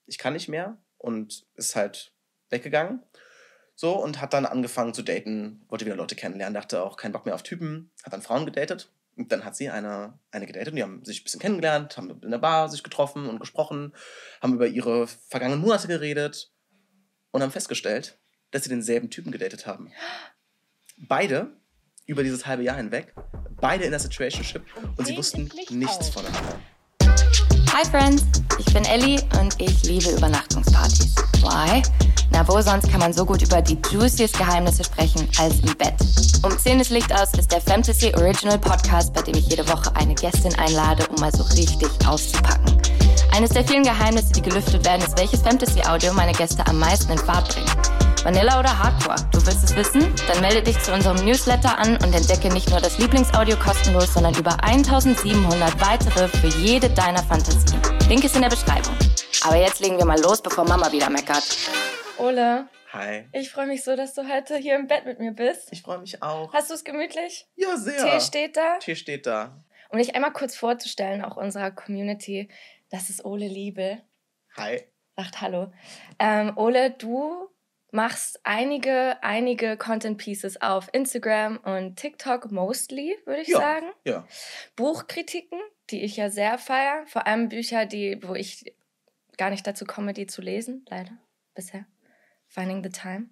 ich kann nicht mehr und ist halt weggegangen. So, und hat dann angefangen zu daten, wollte wieder Leute kennenlernen, dachte auch, keinen Bock mehr auf Typen, hat dann Frauen gedatet. Und dann hat sie eine gedatet und die haben sich ein bisschen kennengelernt, haben in der Bar sich getroffen und gesprochen, haben über ihre vergangenen Monate geredet und haben festgestellt, dass sie denselben Typen gedatet haben. Beide über dieses halbe Jahr hinweg, beide in der Situationship und sie wussten nichts voneinander. Hi Friends, ich bin Ellie und ich liebe Übernachtungspartys. Why? Na, wo sonst kann man so gut über die juiciest Geheimnisse sprechen als im Bett? Um 10 ist Licht aus ist der Fantasy Original Podcast, bei dem ich jede Woche eine Gästin einlade, um mal so richtig auszupacken. Eines der vielen Geheimnisse, die gelüftet werden, ist, welches Fantasy-Audio meine Gäste am meisten in Fahrt bringt. Vanilla oder Hardcore? Du willst es wissen? Dann melde dich zu unserem Newsletter an und entdecke nicht nur das Lieblingsaudio kostenlos, sondern über 1700 weitere für jede deiner Fantasien. Link ist in der Beschreibung. Aber jetzt legen wir mal los, bevor Mama wieder meckert. Ole. Hi. Ich freue mich so, dass du heute hier im Bett mit mir bist. Ich freue mich auch. Hast du es gemütlich? Ja, sehr. Tee steht da? Tee steht da. Um dich einmal kurz vorzustellen, auch unserer Community, das ist Ole Liebel. Hi. Sagt Hallo. Ole, du machst einige Content Pieces auf Instagram und TikTok mostly, würde ich sagen. Ja. Buchkritiken, die ich ja sehr feiere. Vor allem Bücher, wo ich gar nicht dazu komme, die zu lesen, leider, bisher. Finding the Time.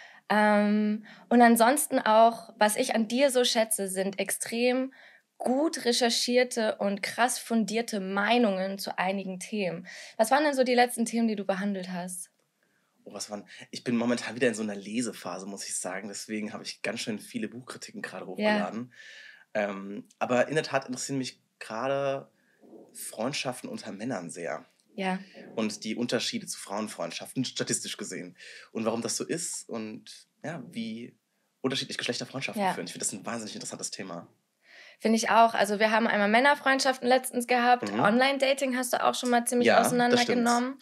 Und ansonsten auch, was ich an dir so schätze, sind extrem gut recherchierte und krass fundierte Meinungen zu einigen Themen. Was waren denn so die letzten Themen, die du behandelt hast? Ich bin momentan wieder in so einer Lesephase, muss ich sagen. Deswegen habe ich ganz schön viele Buchkritiken gerade hochgeladen. Ja. Aber in der Tat interessieren mich gerade Freundschaften unter Männern sehr. Ja. Und die Unterschiede zu Frauenfreundschaften, statistisch gesehen. Und warum das so ist und ja, wie unterschiedlich Geschlechterfreundschaften führen. Ich finde das ein wahnsinnig interessantes Thema. Finde ich auch. Also wir haben einmal Männerfreundschaften letztens gehabt. Online-Dating hast du auch schon mal ziemlich auseinandergenommen.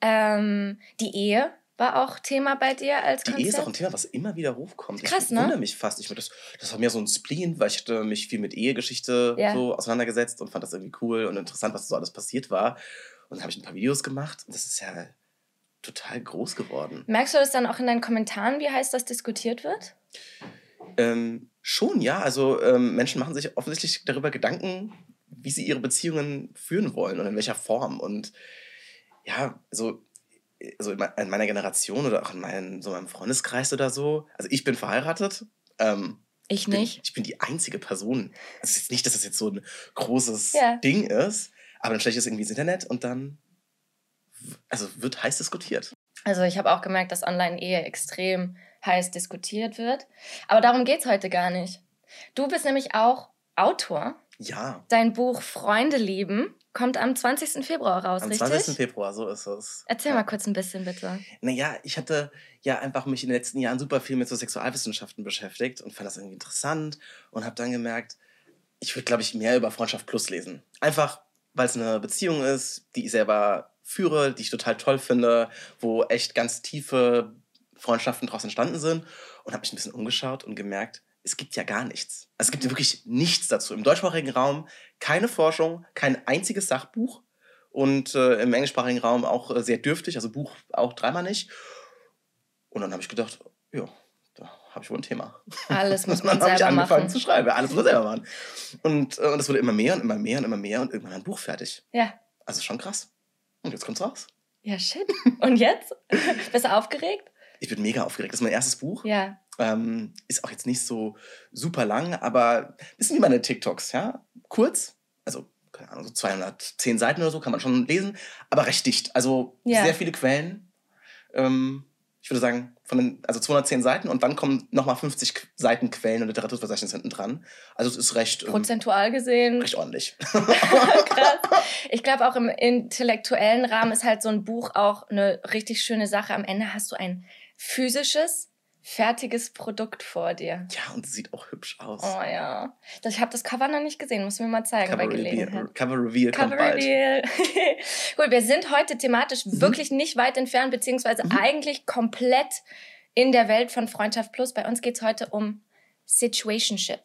Die Ehe war auch Thema bei dir als Konzept? Die Ehe ist auch ein Thema, was immer wieder hochkommt. Krass, ich wundere mich fast. Das war mir so ein Spleen, weil ich hatte mich viel mit Ehegeschichte so auseinandergesetzt und fand das irgendwie cool und interessant, was so alles passiert war. Und dann habe ich ein paar Videos gemacht und das ist ja total groß geworden. Merkst du das dann auch in deinen Kommentaren, wie heiß das diskutiert wird? Schon, ja. Also Menschen machen sich offensichtlich darüber Gedanken, wie sie ihre Beziehungen führen wollen und in welcher Form. Und ja, also in meiner Generation oder auch in meinem Freundeskreis oder so. Also ich bin verheiratet. Ich nicht. Ich bin die einzige Person. Also es ist jetzt nicht, dass das jetzt so ein großes Ding ist, aber dann stelle ich das irgendwie ins Internet und dann wird heiß diskutiert. Also ich habe auch gemerkt, dass Online-Ehe extrem heiß diskutiert wird. Aber darum geht es heute gar nicht. Du bist nämlich auch Autor. Ja. Dein Buch Freunde lieben kommt am 20. Februar raus, richtig? Am 20. Februar, so ist es. Erzähl mal kurz ein bisschen, bitte. Naja, ich hatte ja einfach mich in den letzten Jahren super viel mit so Sexualwissenschaften beschäftigt und fand das irgendwie interessant und habe dann gemerkt, ich würde, glaube ich, mehr über Freundschaft Plus lesen. Einfach, weil es eine Beziehung ist, die ich selber führe, die ich total toll finde, wo echt ganz tiefe Freundschaften daraus entstanden sind und habe mich ein bisschen umgeschaut und gemerkt, es gibt ja gar nichts. Also es gibt ja wirklich nichts dazu. Im deutschsprachigen Raum keine Forschung, kein einziges Sachbuch und im englischsprachigen Raum auch sehr dürftig, also Buch auch dreimal nicht. Und dann habe ich gedacht, ja, da habe ich wohl ein Thema. Alles muss man selber machen. Dann habe ich angefangen zu schreiben, alles muss man selber machen. Und es wurde immer mehr und immer mehr und immer mehr und irgendwann ein Buch fertig. Ja. Also schon krass. Und jetzt kommt's raus. Ja, shit. Und jetzt? Bist du aufgeregt? Ich bin mega aufgeregt. Das ist mein erstes Buch. Ja. Ist auch jetzt nicht so super lang, aber ein bisschen wie meine TikToks, ja. Kurz, also keine Ahnung, so 210 Seiten oder so kann man schon lesen, aber recht dicht. Also sehr viele Quellen. Ich würde sagen, 210 Seiten und dann kommen nochmal 50 Seiten Quellen und Literaturverzeichnis hinten dran. Also es ist recht... prozentual gesehen. Recht ordentlich. Krass. Ich glaube auch im intellektuellen Rahmen ist halt so ein Buch auch eine richtig schöne Sache. Am Ende hast du ein physisches, fertiges Produkt vor dir. Ja, und es sieht auch hübsch aus. Oh ja. Ich habe das Cover noch nicht gesehen. Musst du mir mal zeigen bei Gelegenheit. Cover Reveal kommt bald. Cool, wir sind heute thematisch wirklich nicht weit entfernt, beziehungsweise eigentlich komplett in der Welt von Freundschaft Plus. Bei uns geht es heute um Situationships.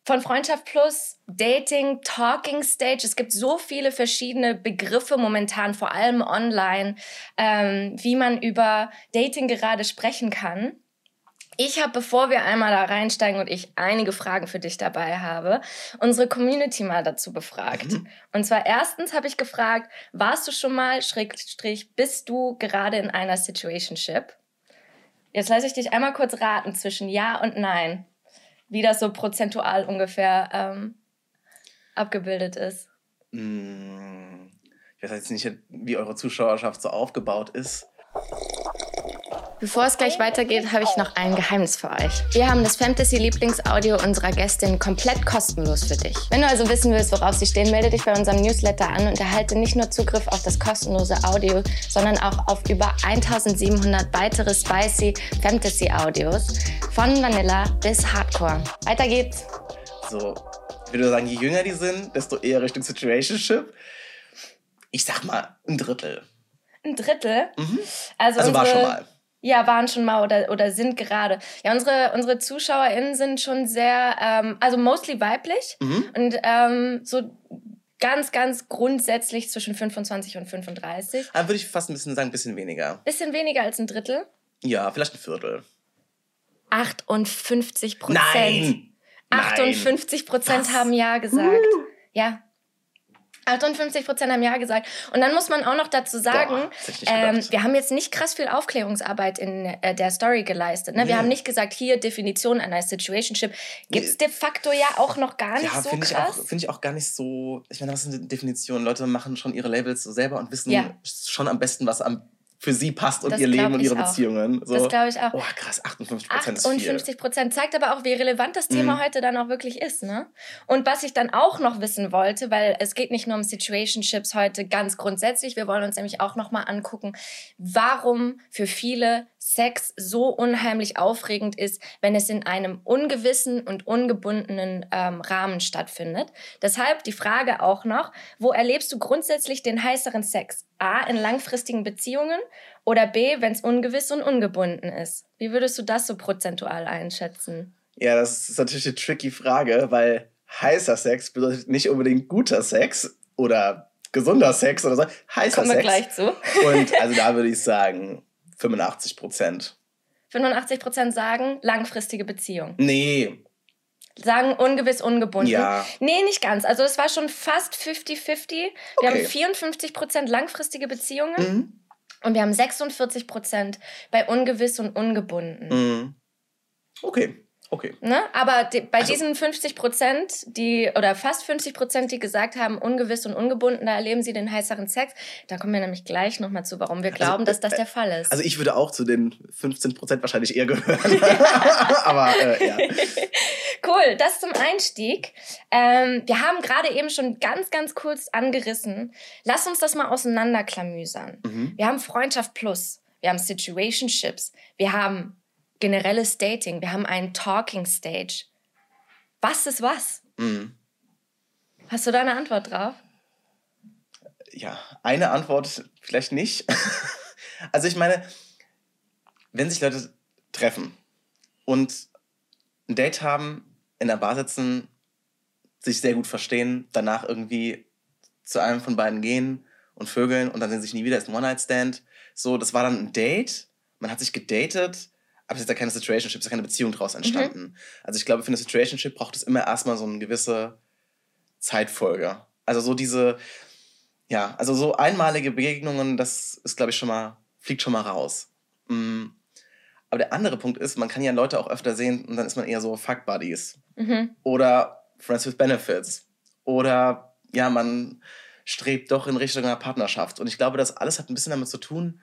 von Freundschaft plus, Dating, Talking Stage. Es gibt so viele verschiedene Begriffe momentan, vor allem online, wie man über Dating gerade sprechen kann. Ich habe, bevor wir einmal da reinsteigen und ich einige Fragen für dich dabei habe, unsere Community mal dazu befragt. Und zwar erstens habe ich gefragt, warst du schon mal, / bist du gerade in einer Situationship? Jetzt lasse ich dich einmal kurz raten zwischen Ja und Nein, wie das so prozentual ungefähr abgebildet ist. Ich weiß jetzt nicht, wie eure Zuschauerschaft so aufgebaut ist. Bevor es gleich weitergeht, habe ich noch ein Geheimnis für euch. Wir haben das Fantasy-Lieblingsaudio unserer Gästin komplett kostenlos für dich. Wenn du also wissen willst, worauf sie stehen, melde dich bei unserem Newsletter an und erhalte nicht nur Zugriff auf das kostenlose Audio, sondern auch auf über 1700 weitere spicy Fantasy-Audios von Vanilla bis Hardcore. Weiter geht's. So, ich würde sagen, je jünger die sind, desto eher Richtung Situationship. Ich sag mal, ein Drittel. Ein Drittel? Also war schon mal. Ja, waren schon mal oder sind gerade. Ja, unsere ZuschauerInnen sind schon sehr, also mostly weiblich und so ganz, ganz grundsätzlich zwischen 25 und 35. Dann würde ich fast ein bisschen sagen, ein bisschen weniger. Bisschen weniger als ein Drittel? Ja, vielleicht ein Viertel. 58%. Nein! 58% haben Ja gesagt. Ja. 58% haben Ja gesagt. Und dann muss man auch noch dazu sagen, wir haben jetzt nicht krass viel Aufklärungsarbeit in der Story geleistet. Ne? Wir haben nicht gesagt, hier Definition einer Situationship. Gibt es de facto ja auch noch gar nicht so krass. Finde ich auch gar nicht so... Ich meine, was ist eine Definition? Leute machen schon ihre Labels so selber und wissen schon am besten, was für sie passt und das ihr Leben und ihre Beziehungen. So. Das glaube ich auch. Oh, krass, 58% ist viel. 58% zeigt aber auch, wie relevant das Thema heute dann auch wirklich ist. Ne? Und was ich dann auch noch wissen wollte, weil es geht nicht nur um Situationships heute ganz grundsätzlich, wir wollen uns nämlich auch nochmal angucken, warum für viele Sex so unheimlich aufregend ist, wenn es in einem ungewissen und ungebundenen Rahmen stattfindet. Deshalb die Frage auch noch, wo erlebst du grundsätzlich den heißeren Sex? A, in langfristigen Beziehungen oder B, wenn es ungewiss und ungebunden ist? Wie würdest du das so prozentual einschätzen? Ja, das ist natürlich eine tricky Frage, weil heißer Sex bedeutet nicht unbedingt guter Sex oder gesunder Sex oder so. Heißer Kommen wir Sex. Gleich zu. Und also da würde ich sagen 85%. 85% sagen langfristige Beziehung. Nee. Sagen ungewiss, ungebunden. Ja. Nee, nicht ganz. Also es war schon fast 50-50. Wir haben 54% langfristige Beziehungen und wir haben 46% bei ungewiss und ungebunden. Okay. Ne? Aber bei diesen 50%, oder fast 50%, die gesagt haben, ungewiss und ungebunden, da erleben sie den heißeren Sex. Da kommen wir nämlich gleich nochmal zu, warum wir glauben, dass das der Fall ist. Also ich würde auch zu den 15% wahrscheinlich eher gehören. Aber ja. Cool, das zum Einstieg. Wir haben gerade eben schon ganz, ganz kurz angerissen. Lass uns das mal auseinanderklamüsern. Wir haben Freundschaft plus, wir haben Situationships, wir haben generelles Dating, wir haben einen Talking Stage. Was ist was? Hast du da eine Antwort drauf? Ja, eine Antwort vielleicht nicht. Also ich meine, wenn sich Leute treffen und ein Date haben, in der Bar sitzen, sich sehr gut verstehen, danach irgendwie zu einem von beiden gehen und vögeln und dann sehen sie sich nie wieder, ist ein One-Night-Stand. So, das war dann ein Date, man hat sich gedatet, aber es ist da keine Situationship, es ist da keine Beziehung draus entstanden. Also ich glaube, für eine Situationship braucht es immer erstmal so eine gewisse Zeitfolge. Also so also so einmalige Begegnungen, das ist, glaube ich, fliegt schon mal raus. Aber der andere Punkt ist, man kann ja Leute auch öfter sehen und dann ist man eher so Fuck-Buddies. Oder Friends with Benefits. Oder ja, man strebt doch in Richtung einer Partnerschaft. Und ich glaube, das alles hat ein bisschen damit zu tun,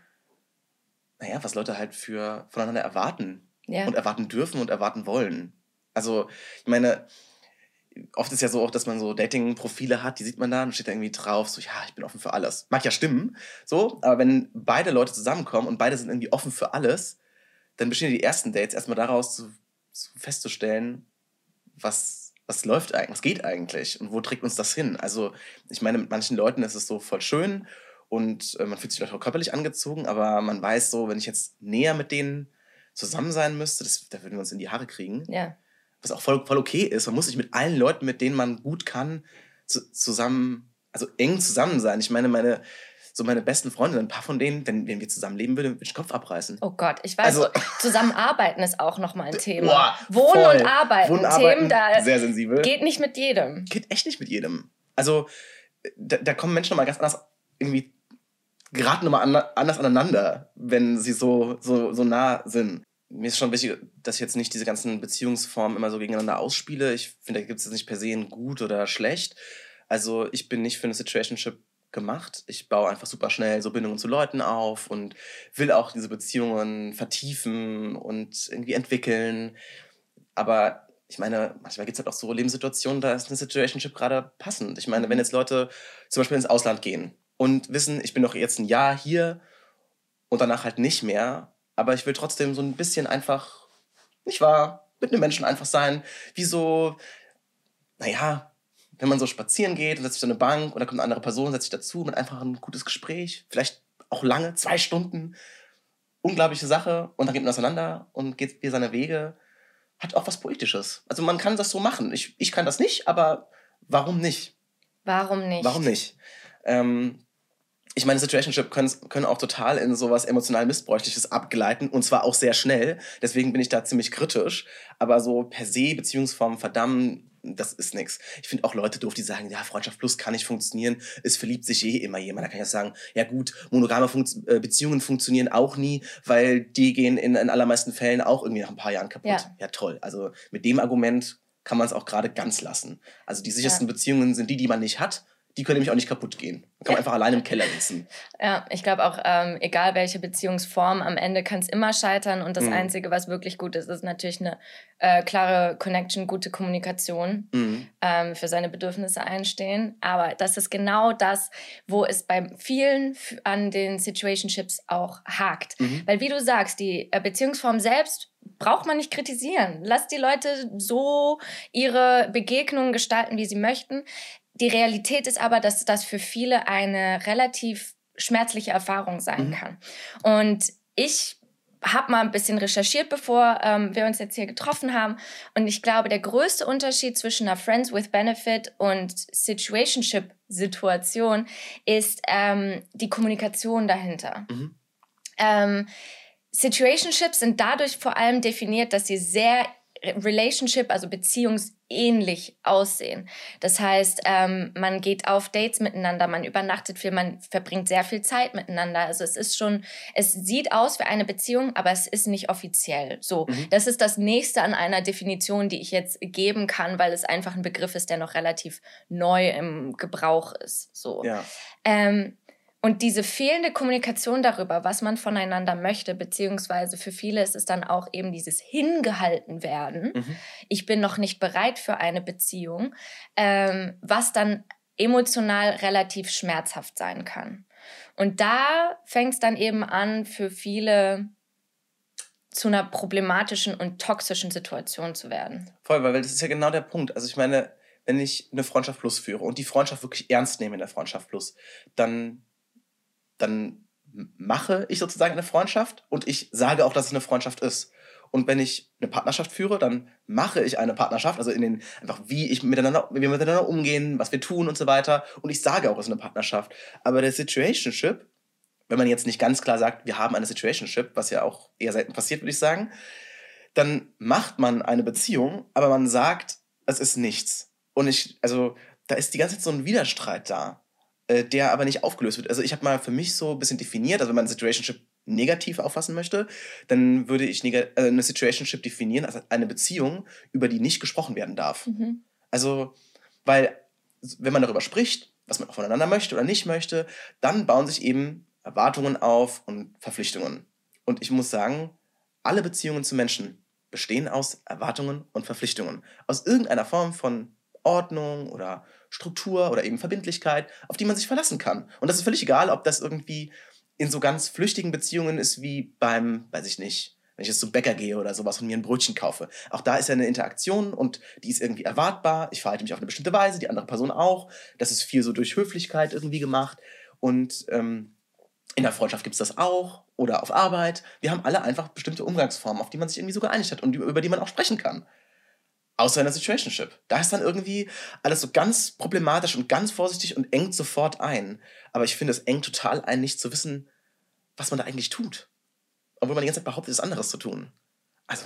was Leute halt voneinander erwarten. Ja. Und erwarten dürfen und erwarten wollen. Also, ich meine, oft ist ja so auch, dass man so Dating-Profile hat, die sieht man da und steht da irgendwie drauf, so, ja, ich bin offen für alles. Mag ja stimmen, so, aber wenn beide Leute zusammenkommen und beide sind irgendwie offen für alles, dann bestehen die ersten Dates erstmal daraus, festzustellen, was läuft eigentlich, was geht eigentlich und wo trägt uns das hin? Also, ich meine, mit manchen Leuten ist es so voll schön und man fühlt sich vielleicht auch körperlich angezogen, aber man weiß so, wenn ich jetzt näher mit denen zusammen sein müsste, da würden wir uns in die Haare kriegen. Ja. was auch voll okay ist. Man muss sich mit allen Leuten, mit denen man gut kann, zusammen, also eng zusammen sein. Ich meine, meine besten Freunde, ein paar von denen, wenn wir zusammenleben würden, würde ich den Kopf abreißen. Oh Gott, ich weiß, also, zusammenarbeiten ist auch nochmal ein Thema. Boah, Wohnen und Arbeiten, Themen, da sehr sensibel. Geht nicht mit jedem. Geht echt nicht mit jedem. Also da kommen Menschen nochmal ganz anders, irgendwie geraten nochmal anders aneinander, wenn sie so nah sind. Mir ist schon wichtig, dass ich jetzt nicht diese ganzen Beziehungsformen immer so gegeneinander ausspiele. Ich finde, da gibt es jetzt nicht per se ein gut oder schlecht. Also ich bin nicht für eine Situationship gemacht. Ich baue einfach super schnell so Bindungen zu Leuten auf und will auch diese Beziehungen vertiefen und irgendwie entwickeln. Aber ich meine, manchmal gibt es halt auch so Lebenssituationen, da ist eine Situationship gerade passend. Ich meine, wenn jetzt Leute zum Beispiel ins Ausland gehen und wissen, ich bin doch jetzt ein Jahr hier und danach halt nicht mehr, aber ich will trotzdem so ein bisschen einfach, nicht wahr, mit einem Menschen einfach sein, wie so, naja, wenn man so spazieren geht und setzt sich auf eine Bank und da kommt eine andere Person, setzt sich dazu mit einfach ein gutes Gespräch, vielleicht auch lange, 2 Stunden, unglaubliche Sache und dann geht man auseinander und geht wieder seine Wege, hat auch was Poetisches. Also man kann das so machen. Ich kann das nicht, aber warum nicht? Warum nicht? Warum nicht? Ich meine, Situationship können auch total in sowas emotional Missbräuchliches abgleiten und zwar auch sehr schnell. Deswegen bin ich da ziemlich kritisch. Aber so per se Beziehungsformen verdammen, das ist nichts. Ich finde auch Leute doof, die sagen, ja, Freundschaft plus kann nicht funktionieren. Es verliebt sich immer jemand. Da kann ich auch sagen, ja gut, monogame Beziehungen funktionieren auch nie, weil die gehen in allermeisten Fällen auch irgendwie nach ein paar Jahren kaputt. Ja toll. Also mit dem Argument kann man es auch gerade ganz lassen. Also die sichersten Beziehungen sind die man nicht hat. Die können nämlich auch nicht kaputt gehen. Man kann einfach alleine im Keller sitzen. Ja, ich glaube auch, egal welche Beziehungsform, am Ende kann es immer scheitern. Und das Einzige, was wirklich gut ist, ist natürlich eine klare Connection, gute Kommunikation, für seine Bedürfnisse einstehen. Aber das ist genau das, wo es bei vielen an den Situationships auch hakt. Weil wie du sagst, die Beziehungsform selbst braucht man nicht kritisieren. Lass die Leute so ihre Begegnungen gestalten, wie sie möchten. Die Realität ist aber, dass das für viele eine relativ schmerzliche Erfahrung sein kann. Und ich habe mal ein bisschen recherchiert, bevor wir uns jetzt hier getroffen haben. Und ich glaube, der größte Unterschied zwischen einer Friends with Benefit und Situationship-Situation ist die Kommunikation dahinter. Situationships sind dadurch vor allem definiert, dass sie sehr Relationship, also beziehungsähnlich aussehen. Das heißt, man geht auf Dates miteinander, man übernachtet viel, man verbringt sehr viel Zeit miteinander. Also es sieht aus wie eine Beziehung, aber es ist nicht offiziell. So, das ist das Nächste an einer Definition, die ich jetzt geben kann, weil es einfach ein Begriff ist, der noch relativ neu im Gebrauch ist. So. Ja. Und diese fehlende Kommunikation darüber, was man voneinander möchte, beziehungsweise für viele ist es dann auch eben dieses hingehalten werden. Ich bin noch nicht bereit für eine Beziehung, was dann emotional relativ schmerzhaft sein kann. Und da fängt es dann eben an, für viele zu einer problematischen und toxischen Situation zu werden. Voll, weil das ist ja genau der Punkt. Also ich meine, wenn ich eine Freundschaft plus führe und die Freundschaft wirklich ernst nehme in der Freundschaft plus, dann mache ich sozusagen eine Freundschaft und ich sage auch, dass es eine Freundschaft ist. Und wenn ich eine Partnerschaft führe, dann mache ich eine Partnerschaft, also einfach wie wir miteinander umgehen, was wir tun und so weiter. Und ich sage auch, es ist eine Partnerschaft. Aber der Situationship, wenn man jetzt nicht ganz klar sagt, wir haben eine Situationship, was ja auch eher selten passiert, würde ich sagen, dann macht man eine Beziehung, aber man sagt, es ist nichts. Und da ist die ganze Zeit so ein Widerstreit da, der aber nicht aufgelöst wird. Also ich habe mal für mich so ein bisschen definiert, also wenn man eine Situationship negativ auffassen möchte, dann würde ich eine Situationship definieren als eine Beziehung, über die nicht gesprochen werden darf. Also, weil wenn man darüber spricht, was man voneinander möchte oder nicht möchte, dann bauen sich eben Erwartungen auf und Verpflichtungen. Und ich muss sagen, alle Beziehungen zu Menschen bestehen aus Erwartungen und Verpflichtungen. Aus irgendeiner Form von Ordnung oder Struktur oder eben Verbindlichkeit, auf die man sich verlassen kann. Und das ist völlig egal, ob das irgendwie in so ganz flüchtigen Beziehungen ist wie beim, weiß ich nicht, wenn ich jetzt zum Bäcker gehe oder sowas und mir ein Brötchen kaufe. Auch da ist ja eine Interaktion und die ist irgendwie erwartbar. Ich verhalte mich auf eine bestimmte Weise, die andere Person auch. Das ist viel so durch Höflichkeit irgendwie gemacht. Und in der Freundschaft gibt es das auch oder auf Arbeit. Wir haben alle einfach bestimmte Umgangsformen, auf die man sich irgendwie so geeinigt hat und über die man auch sprechen kann. Außer in der Situationship. Da ist dann irgendwie alles so ganz problematisch und ganz vorsichtig und engt sofort ein. Aber ich finde, es engt total ein, nicht zu wissen, was man da eigentlich tut. Obwohl man die ganze Zeit behauptet, etwas anderes zu tun. Also,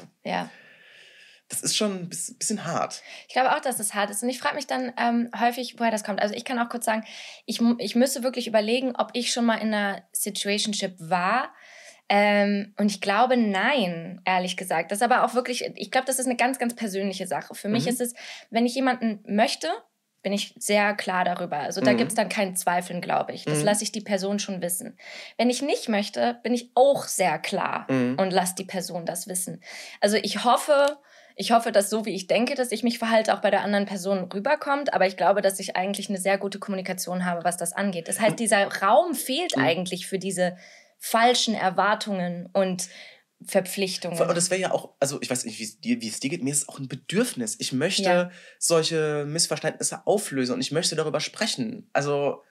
das ist schon ein bisschen hart. Ich glaube auch, dass es hart ist. Und ich frage mich dann häufig, woher das kommt. Also ich kann auch kurz sagen, ich müsste wirklich überlegen, ob ich schon mal in einer Situationship war. Und ich glaube, nein, ehrlich gesagt. Das ist aber auch wirklich, ich glaube, das ist eine ganz, ganz persönliche Sache. Für mich ist es, wenn ich jemanden möchte, bin ich sehr klar darüber. Also da gibt es dann keinen Zweifeln, glaube ich. Das lasse ich die Person schon wissen. Wenn ich nicht möchte, bin ich auch sehr klar und lasse die Person das wissen. Also ich hoffe, dass so wie ich denke, dass ich mich verhalte, auch bei der anderen Person rüberkommt. Aber ich glaube, dass ich eigentlich eine sehr gute Kommunikation habe, was das angeht. Das heißt, dieser Raum fehlt eigentlich für diese falschen Erwartungen und Verpflichtungen. Und das wäre ja auch, also ich weiß nicht, wie es dir geht, mir ist es auch ein Bedürfnis. Ich möchte solche Missverständnisse auflösen und ich möchte darüber sprechen. Also,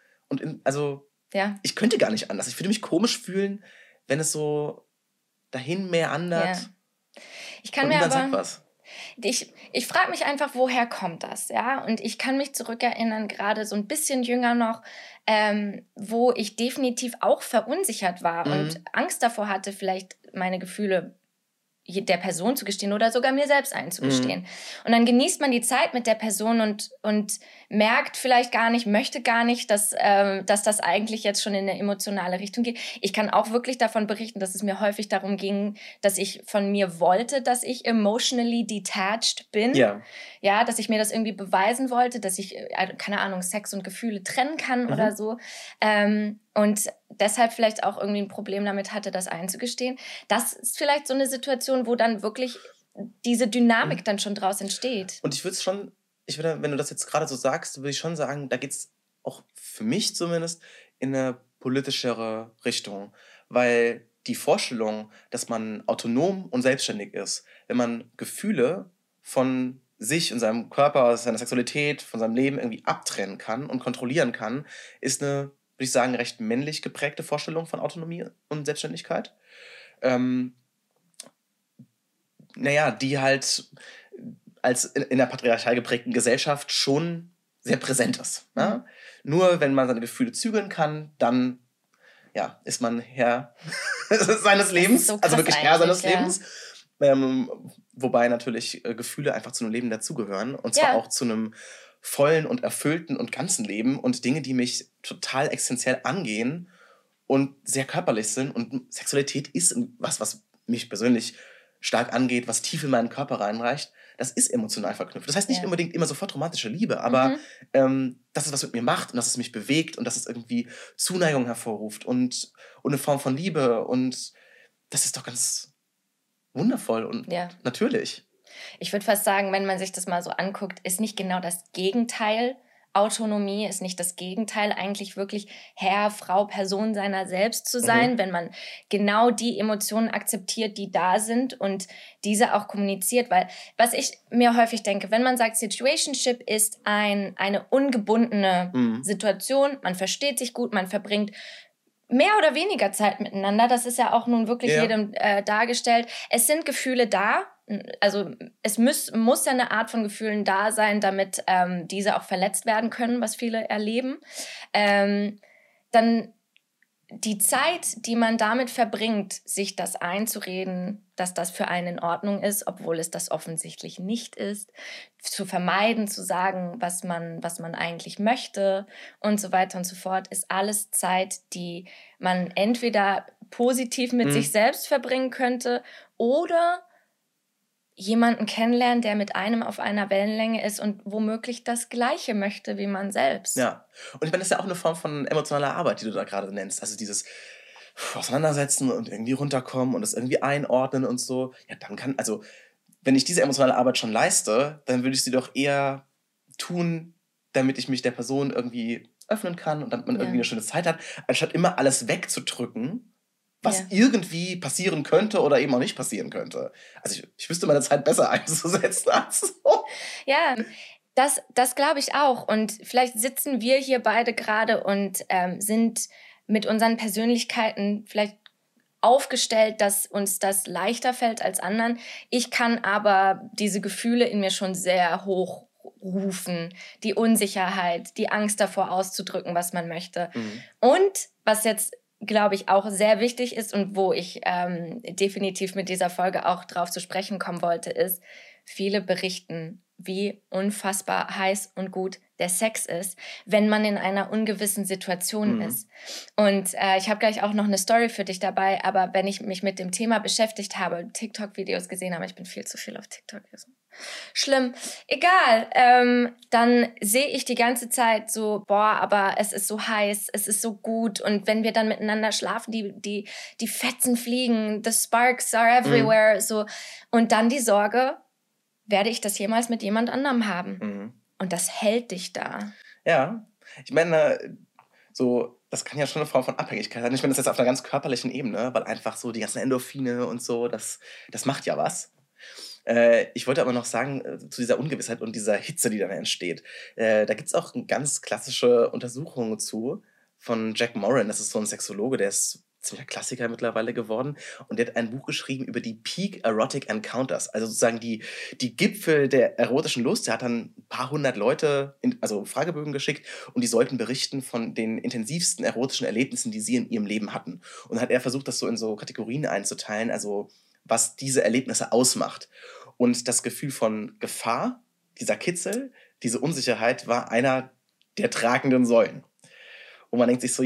ich könnte gar nicht anders. Ich würde mich komisch fühlen, wenn es so dahin meandert. Ja. Ich kann mir aber... Ich frage mich einfach, woher kommt das, ja? Und ich kann mich zurückerinnern, gerade so ein bisschen jünger noch, wo ich definitiv auch verunsichert war und Angst davor hatte, vielleicht meine Gefühle der Person zu gestehen oder sogar mir selbst einzugestehen. Und dann genießt man die Zeit mit der Person und merkt vielleicht gar nicht, möchte gar nicht, dass das eigentlich jetzt schon in eine emotionale Richtung geht. Ich kann auch wirklich davon berichten, dass es mir häufig darum ging, dass ich von mir wollte, dass ich emotionally detached bin. Ja, dass ich mir das irgendwie beweisen wollte, dass ich, keine Ahnung, Sex und Gefühle trennen kann oder so. Und deshalb vielleicht auch irgendwie ein Problem damit hatte, das einzugestehen. Das ist vielleicht so eine Situation, wo dann wirklich diese Dynamik dann schon draus entsteht. Und wenn du das jetzt gerade so sagst, würde ich schon sagen, da geht es auch für mich zumindest in eine politischere Richtung. Weil die Vorstellung, dass man autonom und selbstständig ist, wenn man Gefühle von sich und seinem Körper, seiner Sexualität, von seinem Leben irgendwie abtrennen kann und kontrollieren kann, ist eine, würde ich sagen, recht männlich geprägte Vorstellung von Autonomie und Selbstständigkeit. Die halt als in der patriarchal geprägten Gesellschaft schon sehr präsent ist. Ne? Nur wenn man seine Gefühle zügeln kann, dann ist man Herr seines Lebens, so also wirklich Herr seines Lebens. Wobei natürlich Gefühle einfach zu einem Leben dazugehören und zwar auch zu einem vollen und erfüllten und ganzen Leben und Dinge, die mich total existenziell angehen und sehr körperlich sind. Und Sexualität ist was mich persönlich stark angeht, was tief in meinen Körper reinreicht. Das ist emotional verknüpft. Das heißt nicht unbedingt immer sofort romantische Liebe, aber dass es was mit mir macht und dass es mich bewegt und dass es irgendwie Zuneigung hervorruft und eine Form von Liebe. Und das ist doch ganz wundervoll und natürlich. Ich würde fast sagen, wenn man sich das mal so anguckt, ist nicht genau das Gegenteil. Autonomie ist nicht das Gegenteil, eigentlich wirklich Herr, Frau, Person seiner selbst zu sein, wenn man genau die Emotionen akzeptiert, die da sind und diese auch kommuniziert. Weil was ich mir häufig denke, wenn man sagt, Situationship ist eine ungebundene Situation, man versteht sich gut, man verbringt mehr oder weniger Zeit miteinander, das ist ja auch nun wirklich jedem dargestellt. Es sind Gefühle da, also es muss ja eine Art von Gefühlen da sein, damit diese auch verletzt werden können, was viele erleben. Dann die Zeit, die man damit verbringt, sich das einzureden, dass das für einen in Ordnung ist, obwohl es das offensichtlich nicht ist, zu vermeiden, zu sagen, was man eigentlich möchte und so weiter und so fort, ist alles Zeit, die man entweder positiv mit sich selbst verbringen könnte oder jemanden kennenlernen, der mit einem auf einer Wellenlänge ist und womöglich das Gleiche möchte wie man selbst. Ja, und ich meine, das ist ja auch eine Form von emotionaler Arbeit, die du da gerade nennst. Also dieses Auseinandersetzen und irgendwie runterkommen und das irgendwie einordnen und so. Ja, also wenn ich diese emotionale Arbeit schon leiste, dann würde ich sie doch eher tun, damit ich mich der Person irgendwie öffnen kann und damit man irgendwie eine schöne Zeit hat, anstatt immer alles wegzudrücken, was irgendwie passieren könnte oder eben auch nicht passieren könnte. Also ich wüsste meine Zeit besser einzusetzen als so. Ja, das glaube ich auch. Und vielleicht sitzen wir hier beide gerade und sind mit unseren Persönlichkeiten vielleicht aufgestellt, dass uns das leichter fällt als anderen. Ich kann aber diese Gefühle in mir schon sehr hochrufen. Die Unsicherheit, die Angst davor auszudrücken, was man möchte. Und was jetzt, glaube ich, auch sehr wichtig ist und wo ich definitiv mit dieser Folge auch drauf zu sprechen kommen wollte, ist, viele berichten, wie unfassbar heiß und gut der Sex ist, wenn man in einer ungewissen Situation ist. Und ich habe gleich auch noch eine Story für dich dabei, aber wenn ich mich mit dem Thema beschäftigt habe, TikTok-Videos gesehen habe, ich bin viel zu viel auf TikTok. Schlimm. Egal. Dann sehe ich die ganze Zeit so, boah, aber es ist so heiß, es ist so gut. Und wenn wir dann miteinander schlafen, die Fetzen fliegen, the sparks are everywhere. So. Und dann die Sorge, werde ich das jemals mit jemand anderem haben? Und das hält dich da. Ja, ich meine, so, das kann ja schon eine Form von Abhängigkeit sein. Ich meine, das ist jetzt auf einer ganz körperlichen Ebene, weil einfach so die ganzen Endorphine und so, das macht ja was. Ich wollte aber noch sagen, zu dieser Ungewissheit und dieser Hitze, die dann entsteht. Da gibt es auch eine ganz klassische Untersuchung zu von Jack Moran. Das ist so ein Sexologe, der ist ziemlicher Klassiker mittlerweile geworden. Und der hat ein Buch geschrieben über die Peak Erotic Encounters. Also sozusagen die Gipfel der erotischen Lust. Er hat dann ein paar hundert Leute, also Fragebögen geschickt und die sollten berichten von den intensivsten erotischen Erlebnissen, die sie in ihrem Leben hatten. Und dann hat er versucht, das so in so Kategorien einzuteilen, also was diese Erlebnisse ausmacht. Und das Gefühl von Gefahr, dieser Kitzel, diese Unsicherheit war einer der tragenden Säulen. Und man denkt sich so,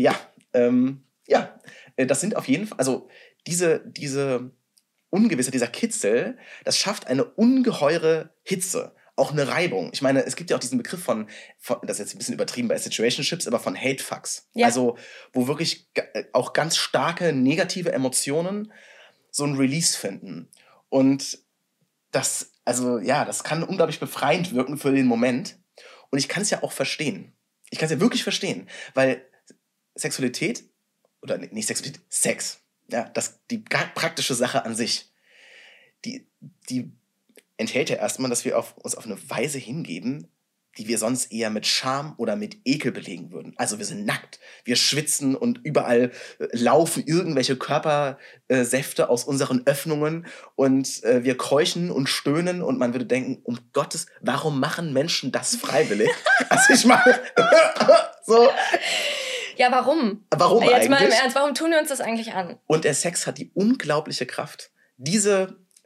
das sind auf jeden Fall, also diese Ungewissheit, dieser Kitzel, das schafft eine ungeheure Hitze, auch eine Reibung. Ich meine, es gibt ja auch diesen Begriff von das ist jetzt ein bisschen übertrieben bei Situationships, aber von Hate Fucks. Ja. Also, wo wirklich auch ganz starke negative Emotionen so ein Release finden. Und das kann unglaublich befreiend wirken für den Moment. Und ich kann es ja auch verstehen. Ich kann es ja wirklich verstehen, weil Sexualität, oder nicht Sexualität, Sex, ja, die praktische Sache an sich, die enthält ja erstmal, dass wir uns auf eine Weise hingeben, die wir sonst eher mit Scham oder mit Ekel belegen würden. Also wir sind nackt, wir schwitzen und überall laufen irgendwelche Körpersäfte aus unseren Öffnungen und wir keuchen und stöhnen und man würde denken, um Gottes, warum machen Menschen das freiwillig? Also ich meine, so... Ja, warum? Warum jetzt eigentlich? Mal im Ernst, warum tun wir uns das eigentlich an? Und der Sex hat die unglaubliche Kraft, dieses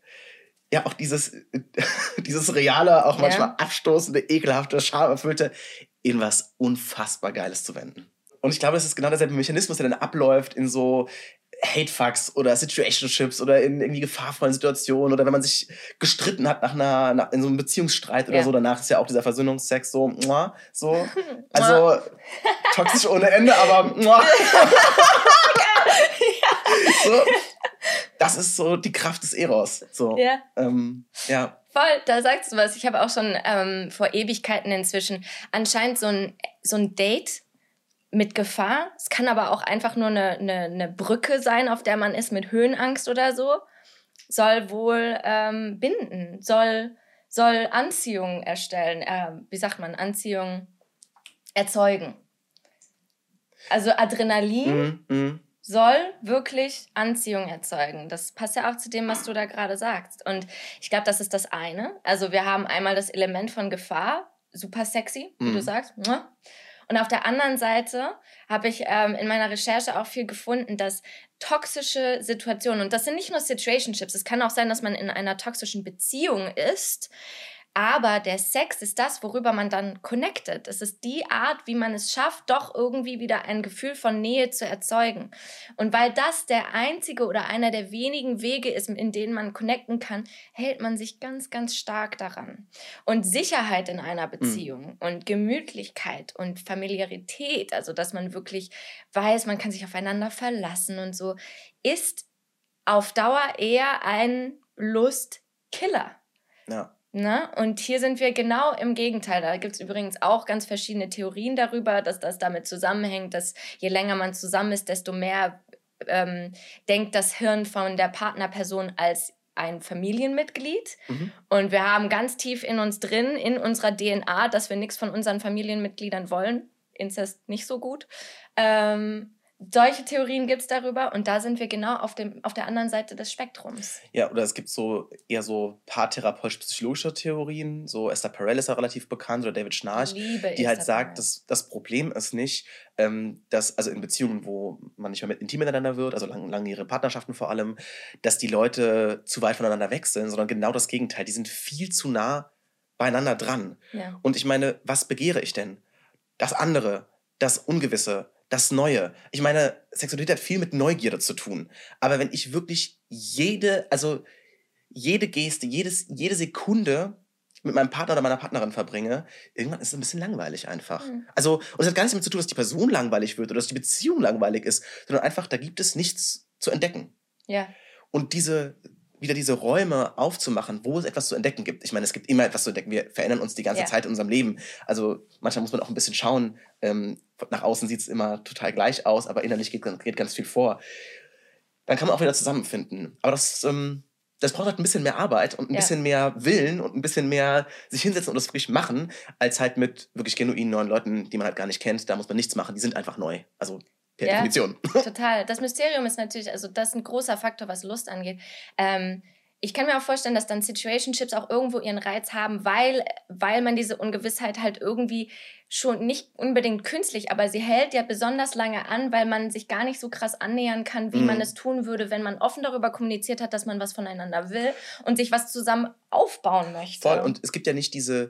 reale, auch manchmal abstoßende, ekelhafte, schamerfüllte, in was unfassbar Geiles zu wenden. Und ich glaube, es ist genau derselbe Mechanismus, der dann abläuft in so Hatefucks oder Situationships oder in irgendwie gefahrvollen Situationen oder wenn man sich gestritten hat in so einem Beziehungsstreit oder so, danach ist ja auch dieser Versöhnungsex so, also toxisch ohne Ende, aber so, das ist so die Kraft des Eros. So. Ja. Voll, da sagst du was. Ich habe auch schon vor Ewigkeiten inzwischen anscheinend so ein Date mit Gefahr. Es kann aber auch einfach nur eine Brücke sein, auf der man ist mit Höhenangst oder so. Soll wohl binden, soll Anziehung erstellen. Anziehung erzeugen. Also Adrenalin soll wirklich Anziehung erzeugen. Das passt ja auch zu dem, was du da gerade sagst. Und ich glaube, das ist das eine. Also wir haben einmal das Element von Gefahr, super sexy, wie du sagst. Und auf der anderen Seite habe ich in meiner Recherche auch viel gefunden, dass toxische Situationen, und das sind nicht nur Situationships, es kann auch sein, dass man in einer toxischen Beziehung ist, aber der Sex ist das, worüber man dann connectet. Es ist die Art, wie man es schafft, doch irgendwie wieder ein Gefühl von Nähe zu erzeugen. Und weil das der einzige oder einer der wenigen Wege ist, in denen man connecten kann, hält man sich ganz, ganz stark daran. Und Sicherheit in einer Beziehung und Gemütlichkeit und Familiarität, also dass man wirklich weiß, man kann sich aufeinander verlassen und so, ist auf Dauer eher ein Lustkiller. Ja. Na? Und hier sind wir genau im Gegenteil. Da gibt es übrigens auch ganz verschiedene Theorien darüber, dass das damit zusammenhängt, dass je länger man zusammen ist, desto mehr denkt das Hirn von der Partnerperson als ein Familienmitglied. Und wir haben ganz tief in uns drin, in unserer DNA, dass wir nichts von unseren Familienmitgliedern wollen. Inzest nicht so gut. Solche Theorien gibt es darüber und da sind wir genau auf der anderen Seite des Spektrums. Ja, oder es gibt so eher so paartherapeutisch-psychologische Theorien, so Esther Perel ist ja relativ bekannt oder David Schnarch, die halt sagt, dass das Problem ist nicht, dass, also in Beziehungen, wo man nicht mehr intim miteinander wird, also langjährige Partnerschaften vor allem, dass die Leute zu weit voneinander wechseln, sondern genau das Gegenteil, die sind viel zu nah beieinander dran. Ja. Und ich meine, was begehre ich denn? Das andere, das Ungewisse, das Neue. Ich meine, Sexualität hat viel mit Neugierde zu tun. Aber wenn ich wirklich jede Geste, jede Sekunde mit meinem Partner oder meiner Partnerin verbringe, irgendwann ist es ein bisschen langweilig einfach. Also, und es hat gar nichts damit zu tun, dass die Person langweilig wird oder dass die Beziehung langweilig ist, sondern einfach, da gibt es nichts zu entdecken. Ja. Und wieder diese Räume aufzumachen, wo es etwas zu entdecken gibt. Ich meine, es gibt immer etwas zu entdecken. Wir verändern uns die ganze Zeit in unserem Leben. Also manchmal muss man auch ein bisschen schauen. Nach außen sieht es immer total gleich aus, aber innerlich geht ganz viel vor. Dann kann man auch wieder zusammenfinden. Aber das braucht halt ein bisschen mehr Arbeit und ein bisschen mehr Willen und ein bisschen mehr sich hinsetzen und das wirklich machen, als halt mit wirklich genuinen neuen Leuten, die man halt gar nicht kennt. Da muss man nichts machen. Die sind einfach neu. Also per Definition. Total. Das Mysterium ist natürlich, also das ist ein großer Faktor, was Lust angeht. Ich kann mir auch vorstellen, dass dann Situationships auch irgendwo ihren Reiz haben, weil man diese Ungewissheit halt irgendwie schon nicht unbedingt künstlich, aber sie hält ja besonders lange an, weil man sich gar nicht so krass annähern kann, wie man es tun würde, wenn man offen darüber kommuniziert hat, dass man was voneinander will und sich was zusammen aufbauen möchte. Voll. Und es gibt ja nicht diese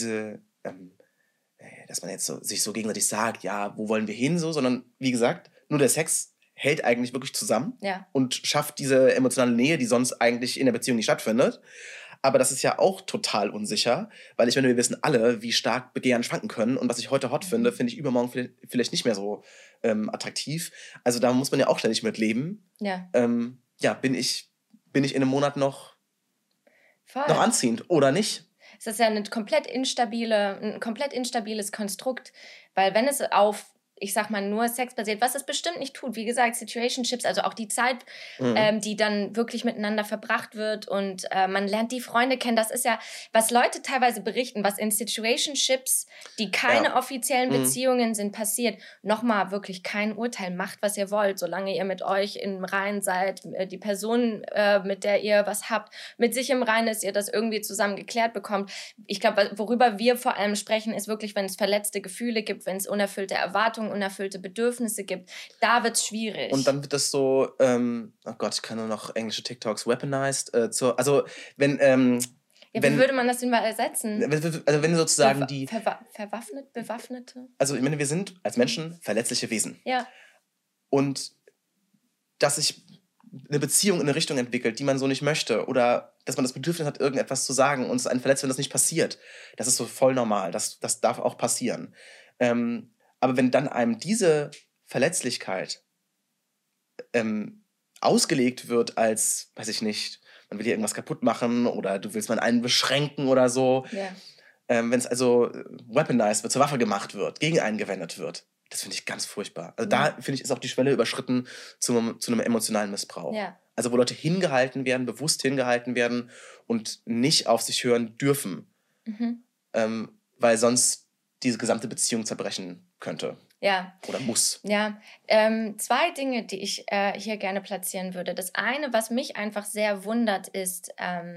dass man jetzt sich so gegenseitig sagt, ja, wo wollen wir hin, so, sondern wie gesagt, nur der Sex hält eigentlich wirklich zusammen und schafft diese emotionale Nähe, die sonst eigentlich in der Beziehung nicht stattfindet. Aber das ist ja auch total unsicher, weil wir wissen alle, wie stark Begehren schwanken können. Und was ich heute hot finde, finde ich übermorgen vielleicht nicht mehr so attraktiv. Also da muss man ja auch ständig mit leben. Ja. Bin ich in einem Monat noch anziehend oder nicht? Es ist ja ein komplett instabiles Konstrukt, weil wenn es auf, ich sag mal, nur Sex basiert, was es bestimmt nicht tut, wie gesagt, Situationships, also auch die Zeit, die dann wirklich miteinander verbracht wird und man lernt die Freunde kennen, das ist ja, was Leute teilweise berichten, was in Situationships, die keine offiziellen Beziehungen sind, passiert. Nochmal, wirklich kein Urteil, macht, was ihr wollt, solange ihr mit euch im Reinen seid, die Person, mit der ihr was habt, mit sich im Reinen ist, ihr das irgendwie zusammen geklärt bekommt. Ich glaube, worüber wir vor allem sprechen, ist wirklich, wenn es verletzte Gefühle gibt, wenn es unerfüllte Erwartungen, unerfüllte Bedürfnisse gibt, da wird es schwierig. Und dann wird das so, oh Gott, ich kann nur noch englische TikToks, weaponized, wie würde man das denn mal ersetzen? Also wenn sozusagen Bewaffnete? Also ich meine, wir sind als Menschen verletzliche Wesen. Ja. Und dass sich eine Beziehung in eine Richtung entwickelt, die man so nicht möchte, oder dass man das Bedürfnis hat, irgendetwas zu sagen und es einen verletzt, wenn das nicht passiert, das ist so voll normal, das darf auch passieren. Aber wenn dann einem diese Verletzlichkeit ausgelegt wird als, weiß ich nicht, man will hier irgendwas kaputt machen oder du willst mal einen beschränken oder so, wenn es also weaponized wird, zur Waffe gemacht wird, gegen einen gewendet wird, das finde ich ganz furchtbar. Also da, finde ich, ist auch die Schwelle überschritten zu einem emotionalen Missbrauch. Ja. Also wo Leute hingehalten werden, bewusst hingehalten werden und nicht auf sich hören dürfen, weil sonst diese gesamte Beziehung zerbrechen könnte. Ja. Oder muss. Ja. 2 Dinge, die ich hier gerne platzieren würde. Das eine, was mich einfach sehr wundert, ist,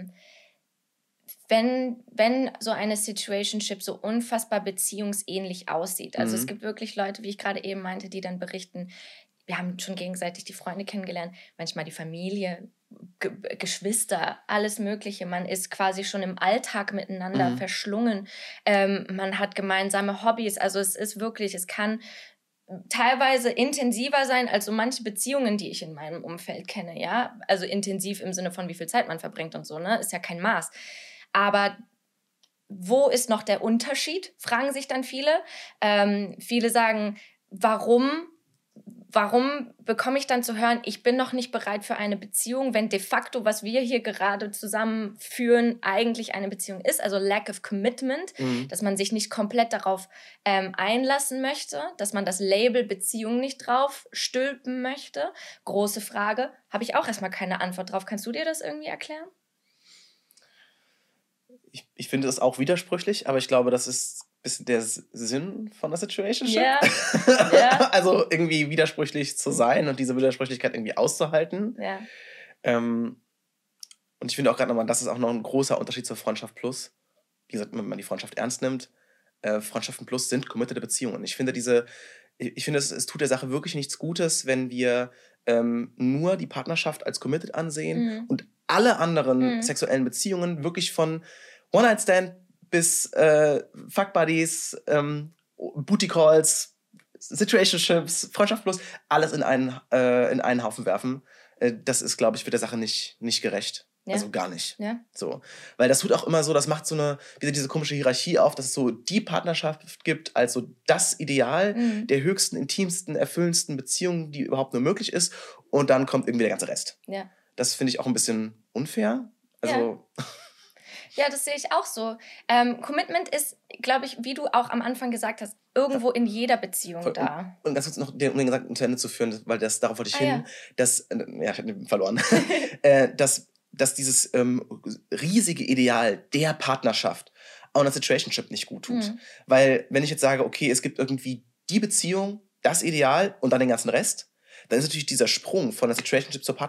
wenn so eine Situationship so unfassbar beziehungsähnlich aussieht. Also es gibt wirklich Leute, wie ich gerade eben meinte, die dann berichten, wir haben schon gegenseitig die Freunde kennengelernt, manchmal die Familie, Geschwister, alles Mögliche. Man ist quasi schon im Alltag miteinander verschlungen. Man hat gemeinsame Hobbys. Also es ist wirklich, es kann teilweise intensiver sein als so manche Beziehungen, die ich in meinem Umfeld kenne, ja. Also intensiv im Sinne von, wie viel Zeit man verbringt und so, ne? Ist ja kein Maß. Aber wo ist noch der Unterschied, fragen sich dann viele. Viele sagen, warum bekomme ich dann zu hören, ich bin noch nicht bereit für eine Beziehung, wenn de facto, was wir hier gerade zusammenführen, eigentlich eine Beziehung ist, also Lack of Commitment, dass man sich nicht komplett darauf einlassen möchte, dass man das Label Beziehung nicht drauf stülpen möchte. Große Frage, habe ich auch erstmal keine Antwort drauf. Kannst du dir das irgendwie erklären? Ich finde das auch widersprüchlich, aber ich glaube, das ist bisschen der Sinn von der Situationship. Ja. Ja. Also irgendwie widersprüchlich zu sein und diese Widersprüchlichkeit irgendwie auszuhalten. Ja. Und ich finde auch gerade nochmal, das ist auch noch ein großer Unterschied zur Freundschaft Plus. Wie gesagt, wenn man die Freundschaft ernst nimmt, Freundschaften Plus sind committede Beziehungen. Ich finde, es tut der Sache wirklich nichts Gutes, wenn wir nur die Partnerschaft als committed ansehen und alle anderen sexuellen Beziehungen wirklich von One-Night-Stand bis Fuck Buddies, Booty Calls, Situationships, Freundschaft Plus, alles in einen Haufen werfen. Das ist, glaube ich, wird der Sache nicht gerecht. Ja. Also gar nicht. Ja. So. Weil das tut auch immer so, das macht so diese komische Hierarchie auf, dass es so die Partnerschaft gibt, als so das Ideal der höchsten, intimsten, erfüllendsten Beziehung, die überhaupt nur möglich ist. Und dann kommt irgendwie der ganze Rest. Ja. Das finde ich auch ein bisschen unfair. Also. Ja, das sehe ich auch so. Commitment ist, glaube ich, wie du auch am Anfang gesagt hast, irgendwo in jeder Beziehung da. Und ganz kurz noch, um den Gedanken zu Ende zu führen, weil darauf wollte ich hin, dass, ich habe den verloren, dass dieses riesige Ideal der Partnerschaft auch einer Situationship nicht gut tut. Weil wenn ich jetzt sage, okay, es gibt irgendwie die Beziehung, das Ideal und dann den ganzen Rest, dann ist natürlich dieser Sprung von der Situationship zur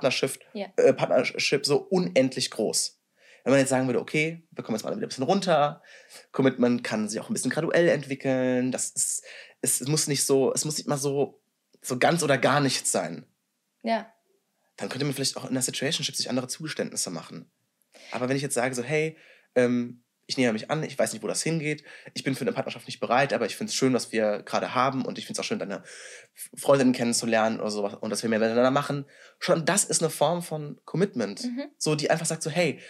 Partnership so unendlich groß. Wenn man jetzt sagen würde, okay, wir kommen jetzt mal wieder ein bisschen runter, Commitment kann sich auch ein bisschen graduell entwickeln, es muss nicht mal so ganz oder gar nichts sein. Ja. Dann könnte man vielleicht auch in der Situationship sich andere Zugeständnisse machen. Aber wenn ich jetzt sage so, hey, ich nähere mich an, ich weiß nicht, wo das hingeht, ich bin für eine Partnerschaft nicht bereit, aber ich finde es schön, was wir gerade haben und ich finde es auch schön, deine Freundinnen kennenzulernen oder sowas und dass wir mehr miteinander machen. Schon das ist eine Form von Commitment. So, die einfach sagt so, hey,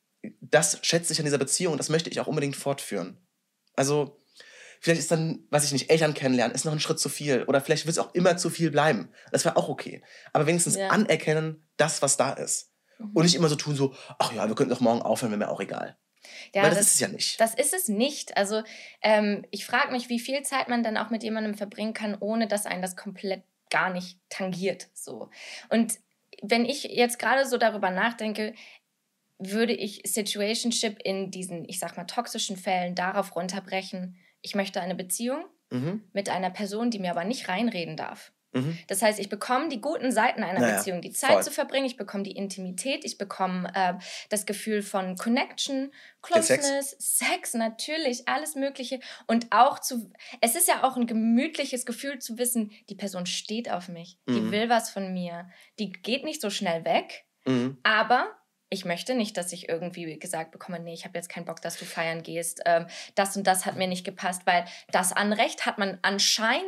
das schätze ich an dieser Beziehung und das möchte ich auch unbedingt fortführen. Also vielleicht ist dann, weiß ich nicht, Eltern kennenlernen, ist noch ein Schritt zu viel. Oder vielleicht wird es auch immer zu viel bleiben. Das wäre auch okay. Aber wenigstens anerkennen, das, was da ist. Und nicht immer so tun, so, ach ja, wir könnten doch morgen aufhören, wäre mir auch egal. Ja, weil das ist es ja nicht. Das ist es nicht. Also ich frage mich, wie viel Zeit man dann auch mit jemandem verbringen kann, ohne dass einen das komplett gar nicht tangiert. So. Und wenn ich jetzt gerade so darüber nachdenke, würde ich Situationship in diesen, ich sag mal, toxischen Fällen darauf runterbrechen, ich möchte eine Beziehung mit einer Person, die mir aber nicht reinreden darf. Das heißt, ich bekomme die guten Seiten einer Beziehung, die Zeit zu verbringen, ich bekomme die Intimität, ich bekomme das Gefühl von Connection, Closeness, Sex, natürlich, alles Mögliche. Und auch es ist ja auch ein gemütliches Gefühl zu wissen, die Person steht auf mich, die will was von mir, die geht nicht so schnell weg, aber ich möchte nicht, dass ich irgendwie gesagt bekomme, nee, ich habe jetzt keinen Bock, dass du feiern gehst. Das und das hat mir nicht gepasst, weil das Anrecht hat man anscheinend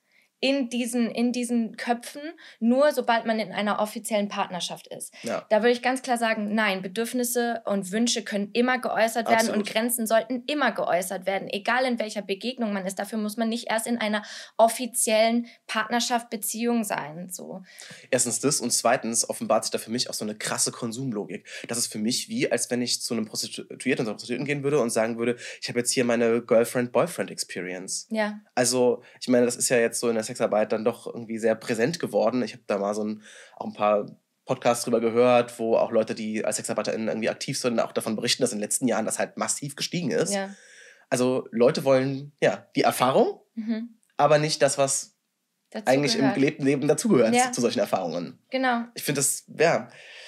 in diesen Köpfen, nur sobald man in einer offiziellen Partnerschaft ist. Ja. Da würde ich ganz klar sagen, nein, Bedürfnisse und Wünsche können immer geäußert werden und Grenzen sollten immer geäußert werden, egal in welcher Begegnung man ist. Dafür muss man nicht erst in einer offiziellen Partnerschaft, Beziehung sein. So. Erstens das und zweitens offenbart sich da für mich auch so eine krasse Konsumlogik. Das ist für mich wie, als wenn ich zu einem Prostituierten oder Prostituierten gehen würde und sagen würde, ich habe jetzt hier meine Girlfriend-Boyfriend-Experience. Ja. Also, ich meine, das ist ja jetzt so in der Sexarbeit dann doch irgendwie sehr präsent geworden. Ich habe da mal auch ein paar Podcasts drüber gehört, wo auch Leute, die als SexarbeiterInnen irgendwie aktiv sind, auch davon berichten, dass in den letzten Jahren das halt massiv gestiegen ist. Ja. Also Leute wollen die Erfahrung, aber nicht das, was eigentlich im gelebten Leben dazugehört zu solchen Erfahrungen. Genau. Ich finde das, finde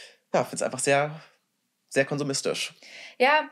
es einfach sehr, sehr konsumistisch. Ja,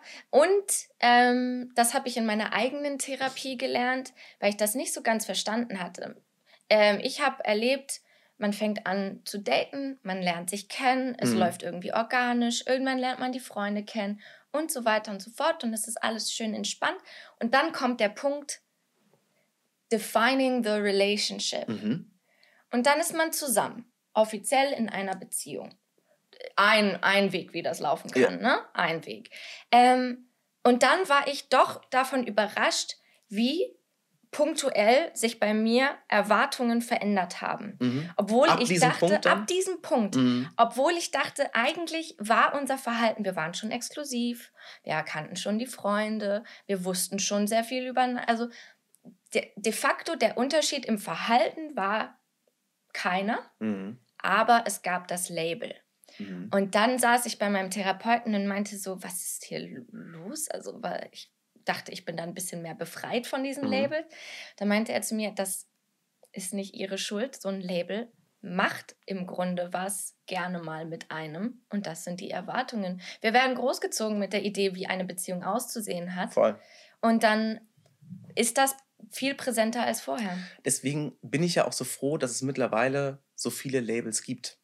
und das habe ich in meiner eigenen Therapie gelernt, weil ich das nicht so ganz verstanden hatte. Ich habe erlebt, man fängt an zu daten, man lernt sich kennen, es läuft irgendwie organisch, irgendwann lernt man die Freunde kennen und so weiter und so fort und es ist alles schön entspannt. Und dann kommt der Punkt, defining the relationship. Und dann ist man zusammen, offiziell in einer Beziehung. Ein Weg, wie das laufen kann, ne? Ein Weg. Und dann war ich doch davon überrascht, wie punktuell sich bei mir Erwartungen verändert haben. Obwohl ab diesem Punkt, obwohl ich dachte, eigentlich war unser Verhalten, wir waren schon exklusiv, wir kannten schon die Freunde, wir wussten schon sehr viel über, also de facto der Unterschied im Verhalten war keiner, aber es gab das Label. Und dann saß ich bei meinem Therapeuten und meinte so, was ist hier los? Also, weil ich dachte, ich bin da ein bisschen mehr befreit von diesen Labels. Da meinte er zu mir, das ist nicht ihre Schuld, so ein Label macht im Grunde was gerne mal mit einem und das sind die Erwartungen. Wir werden großgezogen mit der Idee, wie eine Beziehung auszusehen hat. Voll. Und dann ist das viel präsenter als vorher. Deswegen bin ich ja auch so froh, dass es mittlerweile so viele Labels gibt,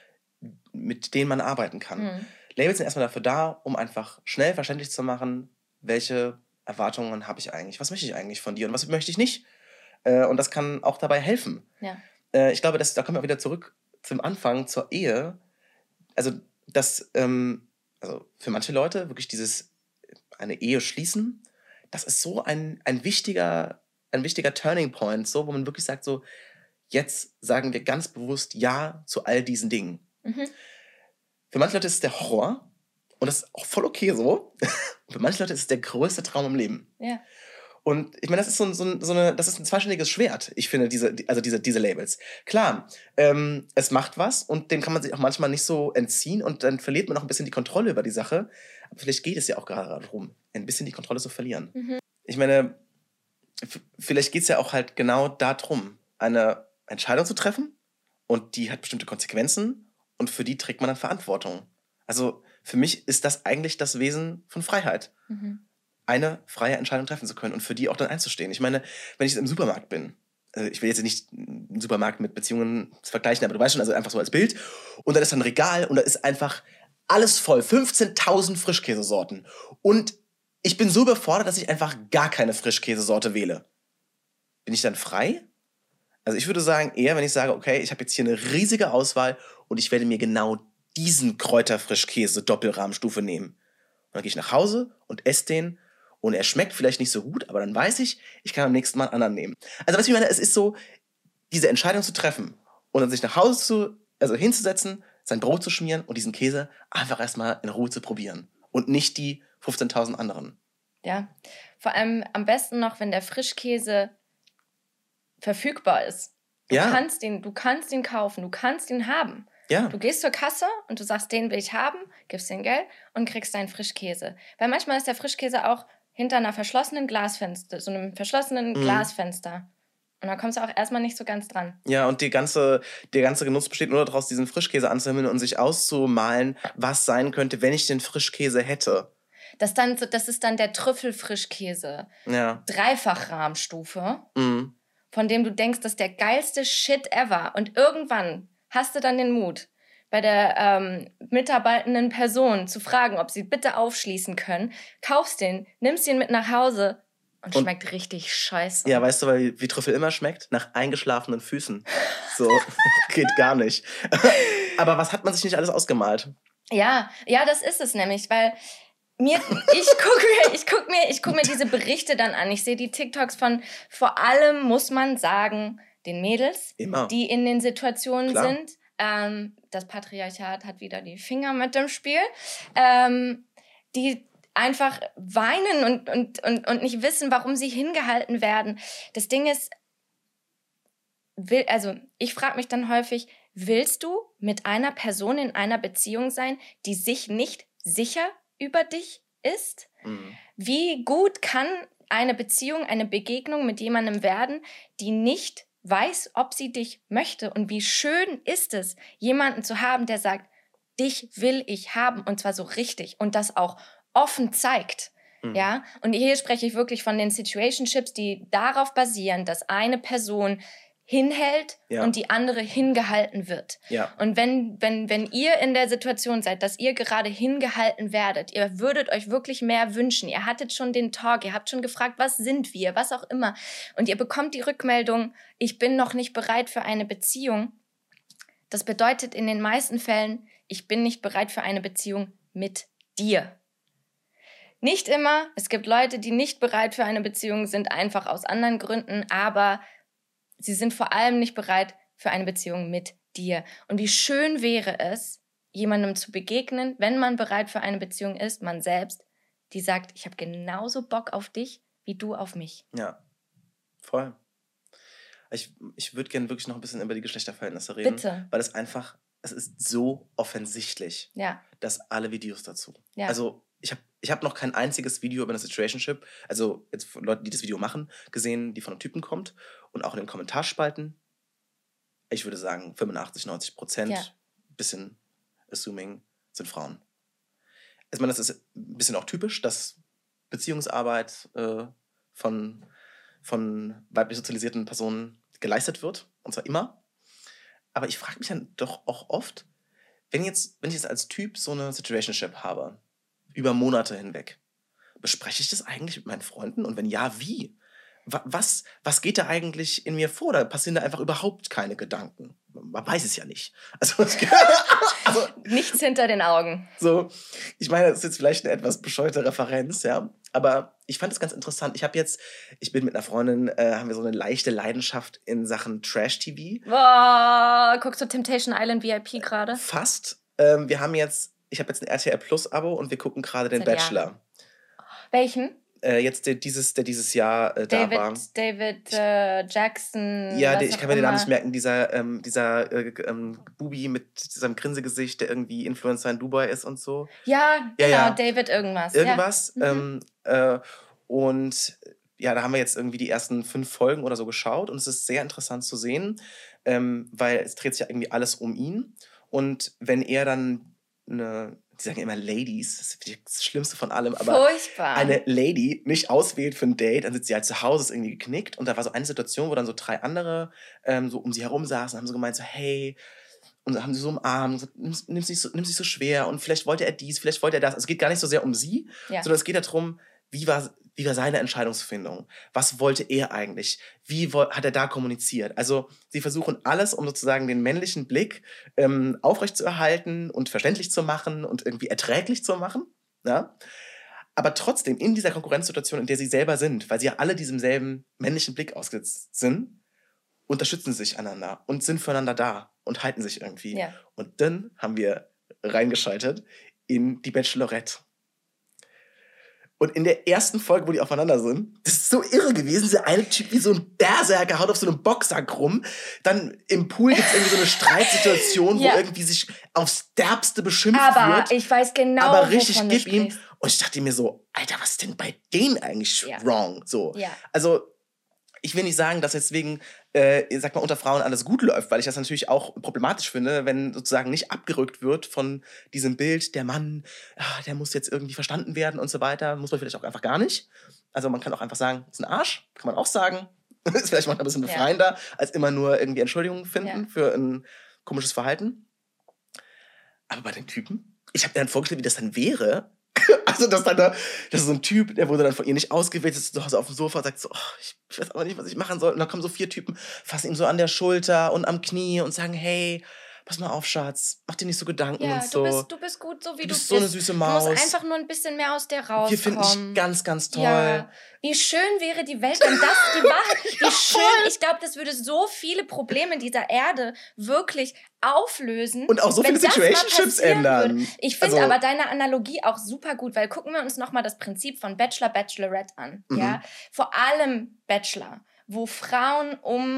mit denen man arbeiten kann. Labels sind erstmal dafür da, um einfach schnell verständlich zu machen, welche Erwartungen habe ich eigentlich, was möchte ich eigentlich von dir und was möchte ich nicht. Und das kann auch dabei helfen. Ja. Ich glaube, da kommen wir auch wieder zurück zum Anfang, zur Ehe. Also, also für manche Leute wirklich eine Ehe schließen, das ist so ein wichtiger Turning Point, so, wo man wirklich sagt, so, jetzt sagen wir ganz bewusst Ja zu all diesen Dingen. Für manche Leute ist es der Horror und das ist auch voll okay so. Für manche Leute ist es der größte Traum im Leben. Ja. Und ich meine, das ist das ist ein zweischneidiges Schwert, ich finde, diese Labels. Klar, es macht was und dem kann man sich auch manchmal nicht so entziehen und dann verliert man auch ein bisschen die Kontrolle über die Sache. Aber vielleicht geht es ja auch gerade darum, ein bisschen die Kontrolle zu verlieren. Ich meine, vielleicht geht es ja auch halt genau darum, eine Entscheidung zu treffen und die hat bestimmte Konsequenzen und für die trägt man dann Verantwortung. Also für mich ist das eigentlich das Wesen von Freiheit. Eine freie Entscheidung treffen zu können und für die auch dann einzustehen. Ich meine, wenn ich im Supermarkt bin, ich will jetzt nicht einen Supermarkt mit Beziehungen vergleichen, aber du weißt schon, also einfach so als Bild, und dann ist da ein Regal und da ist einfach alles voll, 15.000 Frischkäsesorten und ich bin so überfordert, dass ich einfach gar keine Frischkäsesorte wähle. Bin ich dann frei? Also ich würde sagen, eher, wenn ich sage, okay, ich habe jetzt hier eine riesige Auswahl und ich werde mir genau diesen Kräuterfrischkäse Doppelrahmstufe nehmen. Und dann gehe ich nach Hause und esse den und er schmeckt vielleicht nicht so gut, aber dann weiß ich, ich kann am nächsten Mal einen anderen nehmen. Also was ich meine, es ist so, diese Entscheidung zu treffen und dann sich nach Hause hinzusetzen, sein Brot zu schmieren und diesen Käse einfach erstmal in Ruhe zu probieren. Und nicht die 15.000 anderen. Ja, vor allem am besten noch, wenn der Frischkäse verfügbar ist. Du kannst ihn kaufen, du kannst ihn haben. Ja. Du gehst zur Kasse und du sagst, den will ich haben, gibst den Geld und kriegst deinen Frischkäse. Weil manchmal ist der Frischkäse auch hinter einer verschlossenen Glasfenster, so einem verschlossenen Glasfenster. Und da kommst du auch erstmal nicht so ganz dran. Ja, und der ganze Genuss besteht nur daraus, diesen Frischkäse anzuhimmeln und sich auszumalen, was sein könnte, wenn ich den Frischkäse hätte. Das ist dann der Trüffelfrischkäse. Ja. Dreifachrahmstufe, von dem du denkst, das ist der geilste Shit ever. Und irgendwann hast du dann den Mut, bei der mitarbeitenden Person zu fragen, ob sie bitte aufschließen können, kaufst den, nimmst ihn mit nach Hause und schmeckt richtig scheiße. Ja, weißt du, wie Trüffel immer schmeckt? Nach eingeschlafenen Füßen. So, geht gar nicht. Aber was hat man sich nicht alles ausgemalt? Ja, das ist es nämlich, weil ich guck mir diese Berichte dann an. Ich sehe die TikToks von, vor allem muss man sagen, den Mädels, die in den Situationen sind. Das Patriarchat hat wieder die Finger mit dem Spiel. Die einfach weinen und nicht wissen, warum sie hingehalten werden. Das Ding ist, ich frage mich dann häufig, willst du mit einer Person in einer Beziehung sein, die sich nicht sicher über dich ist? Wie gut kann eine Beziehung, eine Begegnung mit jemandem werden, die nicht weiß, ob sie dich möchte? Und wie schön ist es, jemanden zu haben, der sagt, dich will ich haben und zwar so richtig und das auch offen zeigt. Ja? Und hier spreche ich wirklich von den Situationships, die darauf basieren, dass eine Person hinhält und die andere hingehalten wird. Ja. Und wenn ihr in der Situation seid, dass ihr gerade hingehalten werdet, ihr würdet euch wirklich mehr wünschen, ihr hattet schon den Talk, ihr habt schon gefragt, was sind wir, was auch immer, und ihr bekommt die Rückmeldung, ich bin noch nicht bereit für eine Beziehung, das bedeutet in den meisten Fällen, ich bin nicht bereit für eine Beziehung mit dir. Nicht immer, es gibt Leute, die nicht bereit für eine Beziehung sind, einfach aus anderen Gründen, aber sie sind vor allem nicht bereit für eine Beziehung mit dir. Und wie schön wäre es, jemandem zu begegnen, wenn man bereit für eine Beziehung ist, man selbst, die sagt, ich habe genauso Bock auf dich, wie du auf mich. Ja, voll. Ich würde gerne wirklich noch ein bisschen über die Geschlechterverhältnisse reden. Bitte. Weil es ist so offensichtlich, dass alle Videos dazu. Ja. Also ich hab noch kein einziges Video über eine Situationship, also jetzt von Leuten, die das Video machen, gesehen, die von einem Typen kommt. Und auch in den Kommentarspalten, ich würde sagen 85-90%, bisschen assuming, sind Frauen. Ich meine, das ist ein bisschen auch typisch, dass Beziehungsarbeit von weiblich sozialisierten Personen geleistet wird, und zwar immer. Aber ich frage mich dann doch auch oft, wenn ich jetzt als Typ so eine Situationship habe, über Monate hinweg, bespreche ich das eigentlich mit meinen Freunden? Und wenn ja, wie? Was geht da eigentlich in mir vor? Da passieren da einfach überhaupt keine Gedanken. Man weiß es ja nicht. Also nichts hinter den Augen. So, ich meine, das ist jetzt vielleicht eine etwas bescheuerte Referenz, ja. Aber ich fand es ganz interessant. Ich bin mit einer Freundin, haben wir so eine leichte Leidenschaft in Sachen Trash-TV. Boah, guckst du Temptation Island VIP gerade? Fast. Ich habe jetzt ein RTL Plus Abo und wir gucken gerade den Bachelor. Jahren. Welchen? Jetzt der dieses Jahr da war. David Jackson. Ja, ich kann mir den Namen nicht merken. Dieser Bubi mit diesem Grinsegesicht, der irgendwie Influencer in Dubai ist und so. Ja, genau, ja. David irgendwas. Irgendwas. Ja. Und ja, da haben wir jetzt irgendwie die ersten 5 Folgen oder so geschaut und es ist sehr interessant zu sehen, weil es dreht sich ja irgendwie alles um ihn. Und wenn er dann die sagen immer Ladies, das ist das Schlimmste von allem, aber furchtbar. Eine Lady nicht auswählt für ein Date, dann sitzt sie halt zu Hause, ist irgendwie geknickt und da war so eine Situation, wo dann so 3 andere so um sie herum saßen und haben so gemeint, so hey, und dann haben sie so umarmt, so, nimm's nicht so schwer und vielleicht wollte er dies, vielleicht wollte er das. Also es geht gar nicht so sehr um sie, sondern es geht darum, wie war seine Entscheidungsfindung? Was wollte er eigentlich? Wie hat er da kommuniziert? Also sie versuchen alles, um sozusagen den männlichen Blick aufrechtzuerhalten und verständlich zu machen und irgendwie erträglich zu machen. Ja? Aber trotzdem in dieser Konkurrenzsituation, in der sie selber sind, weil sie ja alle diesem selben männlichen Blick ausgesetzt sind, unterstützen sie sich einander und sind füreinander da und halten sich irgendwie. Ja. Und dann haben wir reingeschaltet in die Bachelorette. Und in der ersten Folge, wo die aufeinander sind, das ist so irre gewesen. Dieser eine Typ wie so ein Berserker haut auf so einem Boxsack rum. Dann im Pool gibt es irgendwie so eine Streitsituation, wo irgendwie sich aufs Derbste beschimpft wird. Aber ich weiß genau, aber richtig gib ihm. Und ich dachte mir so, Alter, was ist denn bei denen eigentlich wrong? So. Ja. Also ich will nicht sagen, dass deswegen, sag mal, unter Frauen alles gut läuft, weil ich das natürlich auch problematisch finde, wenn sozusagen nicht abgerückt wird von diesem Bild, der Mann, der muss jetzt irgendwie verstanden werden und so weiter. Muss man vielleicht auch einfach gar nicht. Also man kann auch einfach sagen, ist ein Arsch, kann man auch sagen. Ist vielleicht manchmal ein bisschen befreiender, als immer nur irgendwie Entschuldigungen finden für ein komisches Verhalten. Aber bei den Typen, ich habe mir dann vorgestellt, wie das dann wäre. Also, das ist so ein Typ, der wurde dann von ihr nicht ausgewählt, sitzt zu Hause auf dem Sofa und sagt so, ich weiß aber nicht, was ich machen soll. Und dann kommen so 4 Typen, fassen ihm so an der Schulter und am Knie und sagen, hey, pass mal auf, Schatz, mach dir nicht so Gedanken und so. Du bist gut, so wie du bist. Du bist so eine süße Maus. Du musst einfach nur ein bisschen mehr aus der rauskommen. Wir finden dich ganz, ganz toll. Ja. Wie schön wäre die Welt, wenn das die Wahrheit... Wie schön, ich glaube, das würde so viele Probleme dieser Erde wirklich auflösen. Und auch so viele Situationships ändern. Ich finde aber deine Analogie auch super gut, weil gucken wir uns nochmal das Prinzip von Bachelor, Bachelorette an. Ja? Vor allem Bachelor, wo Frauen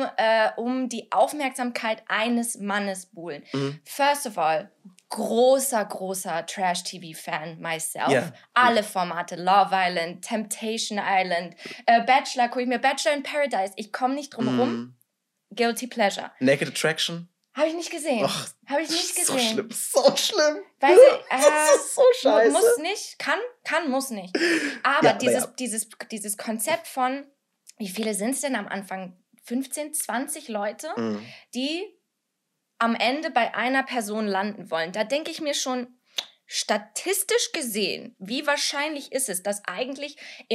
um die Aufmerksamkeit eines Mannes buhlen. First of all, großer Trash-TV-Fan myself. Yeah. Alle Formate, Love Island, Temptation Island, Bachelor, gucke ich mir Bachelor in Paradise. Ich komme nicht drum herum. Guilty Pleasure. Naked Attraction. Habe ich nicht gesehen. Habe ich nicht gesehen. So schlimm. Weiß ich, das ist so scheiße. Muss nicht, kann, muss nicht. Aber dieses Konzept von, wie viele sind es denn am Anfang? 15, 20 Leute, die am Ende bei einer Person landen wollen. Da denke ich mir schon, statistisch gesehen, wie wahrscheinlich ist es, dass eigentlich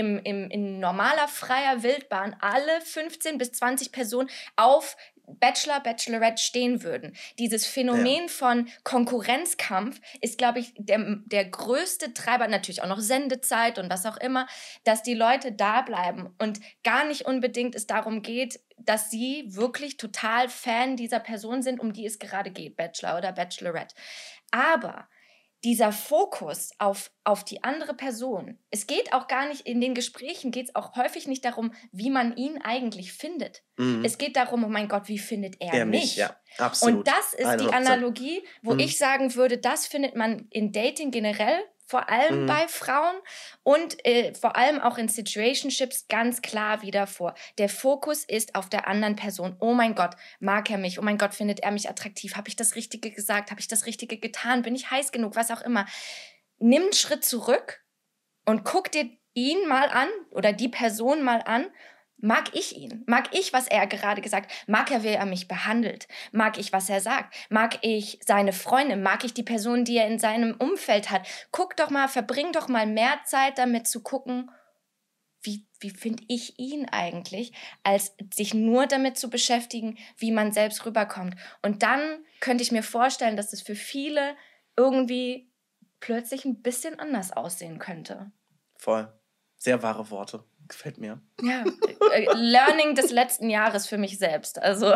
in normaler, freier Wildbahn alle 15 bis 20 Personen auf Bachelor, Bachelorette stehen würden. Dieses Phänomen von Konkurrenzkampf ist, glaube ich, der größte Treiber, natürlich auch noch Sendezeit und was auch immer, dass die Leute da bleiben und gar nicht unbedingt es darum geht, dass sie wirklich total Fan dieser Person sind, um die es gerade geht, Bachelor oder Bachelorette. Aber dieser Fokus auf die andere Person, es geht auch gar nicht, in den Gesprächen geht es auch häufig nicht darum, wie man ihn eigentlich findet. Es geht darum, oh mein Gott, wie findet er mich? Ja, absolut. Und das ist 100%. Die Analogie, wo ich sagen würde, das findet man in Dating generell vor allem bei Frauen und vor allem auch in Situationships ganz klar wieder vor. Der Fokus ist auf der anderen Person. Oh mein Gott, mag er mich? Oh mein Gott, findet er mich attraktiv? Habe ich das Richtige gesagt? Habe ich das Richtige getan? Bin ich heiß genug? Was auch immer. Nimm einen Schritt zurück und guck dir ihn mal an oder die Person mal an. Mag ich ihn? Mag ich, was er gerade gesagt hat? Mag er, wie er mich behandelt? Mag ich, was er sagt? Mag ich seine Freunde? Mag ich die Person, die er in seinem Umfeld hat? Guck doch mal, verbring doch mal mehr Zeit damit zu gucken, wie finde ich ihn eigentlich, als sich nur damit zu beschäftigen, wie man selbst rüberkommt. Und dann könnte ich mir vorstellen, dass es für viele irgendwie plötzlich ein bisschen anders aussehen könnte. Voll. Sehr wahre Worte. Gefällt mir. Ja, Learning des letzten Jahres für mich selbst. Also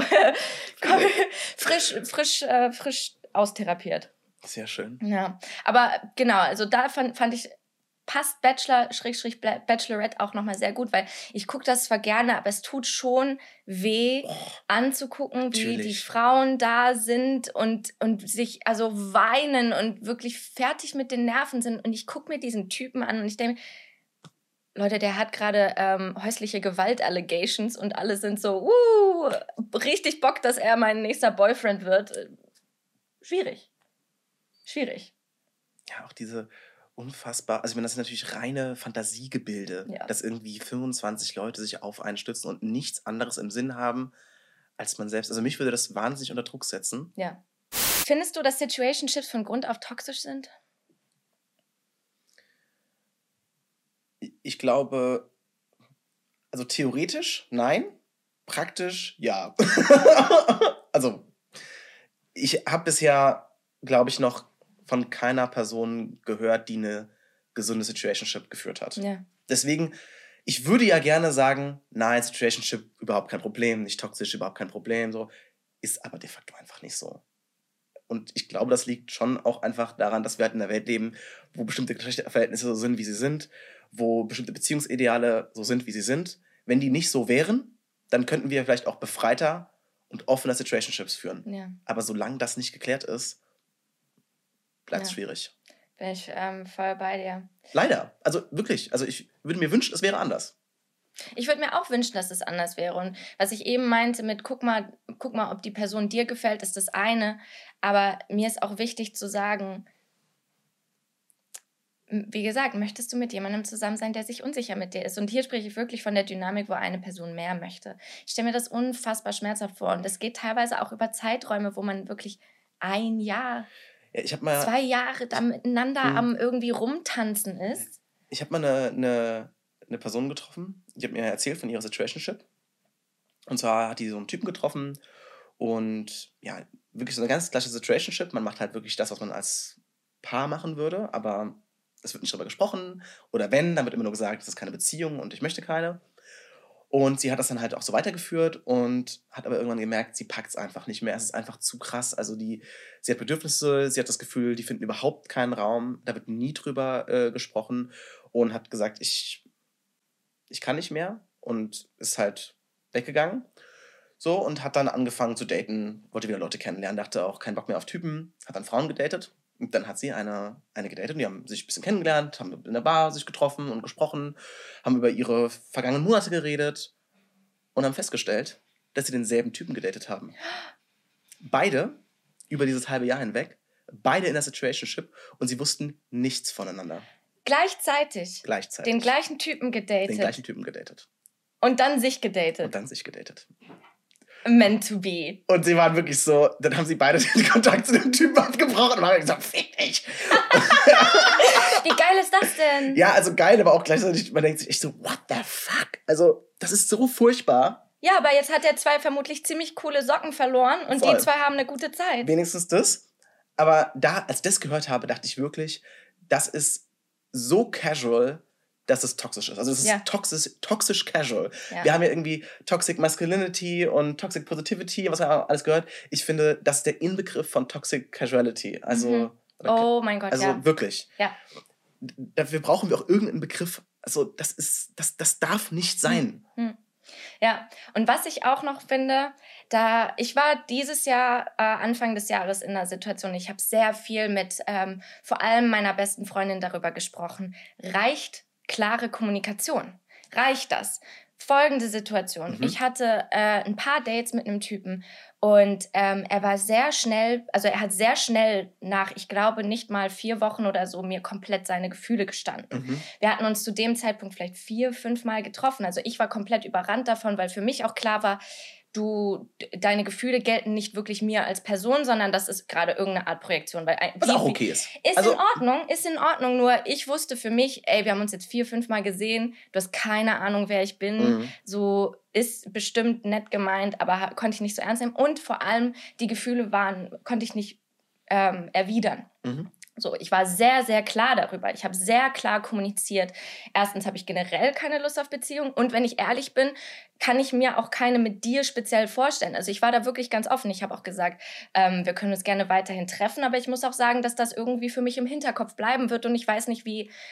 frisch austherapiert. Sehr schön. Ja, aber genau, also da fand ich, passt Bachelorette auch nochmal sehr gut, weil ich gucke das zwar gerne, aber es tut schon weh anzugucken, wie die Frauen da sind und sich also weinen und wirklich fertig mit den Nerven sind. Und ich gucke mir diesen Typen an und ich denke, Leute, der hat gerade häusliche Gewalt-Allegations und alle sind so, richtig Bock, dass er mein nächster Boyfriend wird. Schwierig. Ja, auch diese unfassbar, also ich meine, das sind natürlich reine Fantasiegebilde, dass irgendwie 25 Leute sich auf einen stützen und nichts anderes im Sinn haben, als man selbst. Also mich würde das wahnsinnig unter Druck setzen. Ja. Findest du, dass Situationships von Grund auf toxisch sind? Ich glaube, also theoretisch nein, praktisch ja. Also ich habe bisher, glaube ich, noch von keiner Person gehört, die eine gesunde Situationship geführt hat. Ja. Deswegen, ich würde ja gerne sagen, nein, Situationship überhaupt kein Problem, nicht toxisch, überhaupt kein Problem, so. Ist aber de facto einfach nicht so. Und ich glaube, das liegt schon auch einfach daran, dass wir halt in einer Welt leben, wo bestimmte Geschlechterverhältnisse so sind, wie sie sind, wo bestimmte Beziehungsideale so sind, wie sie sind. Wenn die nicht so wären, dann könnten wir vielleicht auch befreiter und offener Situationships führen. Ja. Aber solange das nicht geklärt ist, bleibt es schwierig. Bin ich voll bei dir. Leider. Also wirklich. Also ich würde mir wünschen, es wäre anders. Ich würde mir auch wünschen, dass es anders wäre. Und was ich eben meinte mit, guck mal, ob die Person dir gefällt, ist das eine. Aber mir ist auch wichtig zu sagen, wie gesagt, möchtest du mit jemandem zusammen sein, der sich unsicher mit dir ist? Und hier spreche ich wirklich von der Dynamik, wo eine Person mehr möchte. Ich stelle mir das unfassbar schmerzhaft vor. Und das geht teilweise auch über Zeiträume, wo man wirklich 1 Jahr, 2 Jahre da miteinander am irgendwie rumtanzen ist. Ich habe mal eine Person getroffen, die hat mir erzählt von ihrer Situationship. Und zwar hat die so einen Typen getroffen und ja, wirklich so eine ganz klassische Situationship. Man macht halt wirklich das, was man als Paar machen würde, aber es wird nicht darüber gesprochen. Oder wenn, dann wird immer nur gesagt, das ist keine Beziehung und ich möchte keine. Und sie hat das dann halt auch so weitergeführt und hat aber irgendwann gemerkt, sie packt es einfach nicht mehr. Es ist einfach zu krass. Also sie hat Bedürfnisse, sie hat das Gefühl, die finden überhaupt keinen Raum. Da wird nie drüber gesprochen und hat gesagt, ich kann nicht mehr und ist halt weggegangen. So, und hat dann angefangen zu daten, wollte wieder Leute kennenlernen, dachte auch, keinen Bock mehr auf Typen, hat dann Frauen gedatet. Und dann hat sie eine gedatet und die haben sich ein bisschen kennengelernt, haben in der Bar sich getroffen und gesprochen, haben über ihre vergangenen Monate geredet und haben festgestellt, dass sie denselben Typen gedatet haben. Beide, über dieses halbe Jahr hinweg, beide in der Situationship und sie wussten nichts voneinander. Gleichzeitig. Den gleichen Typen gedatet. Und dann sich gedatet. Meant to be. Und sie waren wirklich so, dann haben sie beide den Kontakt zu dem Typen abgebrochen und haben gesagt, fick dich. Wie geil ist das denn? Ja, also geil, aber auch gleichzeitig, man denkt sich echt so, what the fuck? Also, das ist so furchtbar. Ja, aber jetzt hat er 2 vermutlich ziemlich coole Socken verloren und die 2 haben eine gute Zeit. Wenigstens das. Aber als ich das gehört habe, dachte ich wirklich, das ist so casual, dass es toxisch ist. Also es ist toxisch casual. Ja. Wir haben ja irgendwie Toxic Masculinity und Toxic Positivity, was ja alles gehört. Ich finde, das ist der Inbegriff von Toxic Casuality. Also, oh mein Gott, also wirklich. Ja. Dafür brauchen wir auch irgendeinen Begriff. Also das darf nicht sein. Ja, und was ich auch noch finde, ich war dieses Jahr, Anfang des Jahres in einer Situation, ich habe sehr viel mit vor allem meiner besten Freundin darüber gesprochen. Reicht klare Kommunikation? Reicht das? Folgende Situation. Ich hatte ein paar Dates mit einem Typen und er war sehr schnell, also er hat sehr schnell nach, ich glaube, nicht mal 4 Wochen oder so, mir komplett seine Gefühle gestanden. Wir hatten uns zu dem Zeitpunkt vielleicht 4, 5 Mal getroffen. Also ich war komplett überrannt davon, weil für mich auch klar war, deine Gefühle gelten nicht wirklich mir als Person, sondern das ist gerade irgendeine Art Projektion. Was auch okay ist. Ist in Ordnung, nur ich wusste für mich, ey, wir haben uns jetzt 4, 5 Mal gesehen, du hast keine Ahnung, wer ich bin, so ist bestimmt nett gemeint, aber konnte ich nicht so ernst nehmen und vor allem die Gefühle konnte ich nicht erwidern. So, ich war sehr, sehr klar darüber. Ich habe sehr klar kommuniziert. Erstens habe ich generell keine Lust auf Beziehungen. Und wenn ich ehrlich bin, kann ich mir auch keine mit dir speziell vorstellen. Also ich war da wirklich ganz offen. Ich habe auch gesagt, wir können uns gerne weiterhin treffen. Aber ich muss auch sagen, dass das irgendwie für mich im Hinterkopf bleiben wird. Und ich weiß nicht,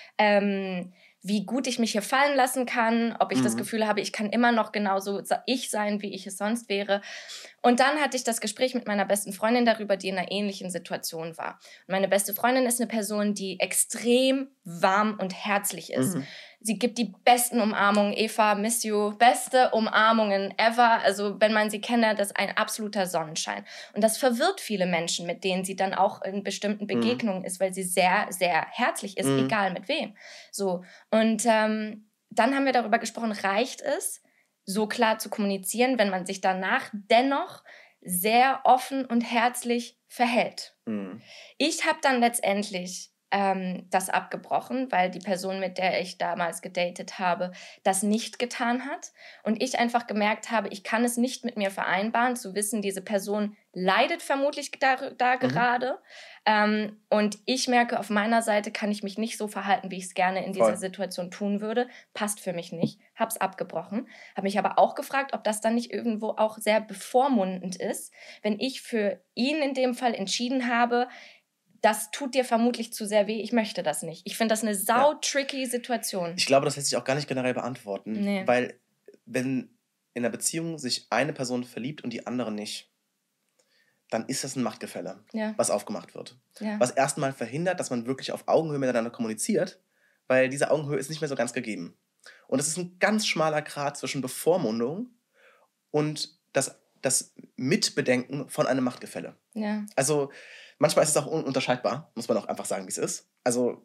wie gut ich mich hier fallen lassen kann, ob ich das Gefühl habe, ich kann immer noch genauso ich sein, wie ich es sonst wäre. Und dann hatte ich das Gespräch mit meiner besten Freundin darüber, die in einer ähnlichen Situation war. Und meine beste Freundin ist eine Person, die extrem warm und herzlich ist. Sie gibt die besten Umarmungen. Eva, miss you. Beste Umarmungen ever. Also wenn man sie kennt, das ist ein absoluter Sonnenschein. Und das verwirrt viele Menschen, mit denen sie dann auch in bestimmten Begegnungen ist, weil sie sehr, sehr herzlich ist, egal mit wem. So. Und dann haben wir darüber gesprochen, reicht es, so klar zu kommunizieren, wenn man sich danach dennoch sehr offen und herzlich verhält. Ich habe dann letztendlich das abgebrochen, weil die Person, mit der ich damals gedatet habe, das nicht getan hat. Und ich einfach gemerkt habe, ich kann es nicht mit mir vereinbaren, zu wissen, diese Person leidet vermutlich da gerade. Und ich merke, auf meiner Seite kann ich mich nicht so verhalten, wie ich es gerne in dieser Situation tun würde. Passt für mich nicht. Hab's abgebrochen. Habe mich aber auch gefragt, ob das dann nicht irgendwo auch sehr bevormundend ist, wenn ich für ihn in dem Fall entschieden habe, das tut dir vermutlich zu sehr weh, ich möchte das nicht. Ich finde das eine tricky Situation. Ich glaube, das lässt sich auch gar nicht generell beantworten, weil wenn in einer Beziehung sich eine Person verliebt und die andere nicht, dann ist das ein Machtgefälle, was aufgemacht wird. Was erstmal verhindert, dass man wirklich auf Augenhöhe miteinander kommuniziert, weil diese Augenhöhe ist nicht mehr so ganz gegeben. Und es ist ein ganz schmaler Grat zwischen Bevormundung und das Mitbedenken von einem Machtgefälle. Also manchmal ist es auch ununterscheidbar, muss man auch einfach sagen, wie es ist. Also,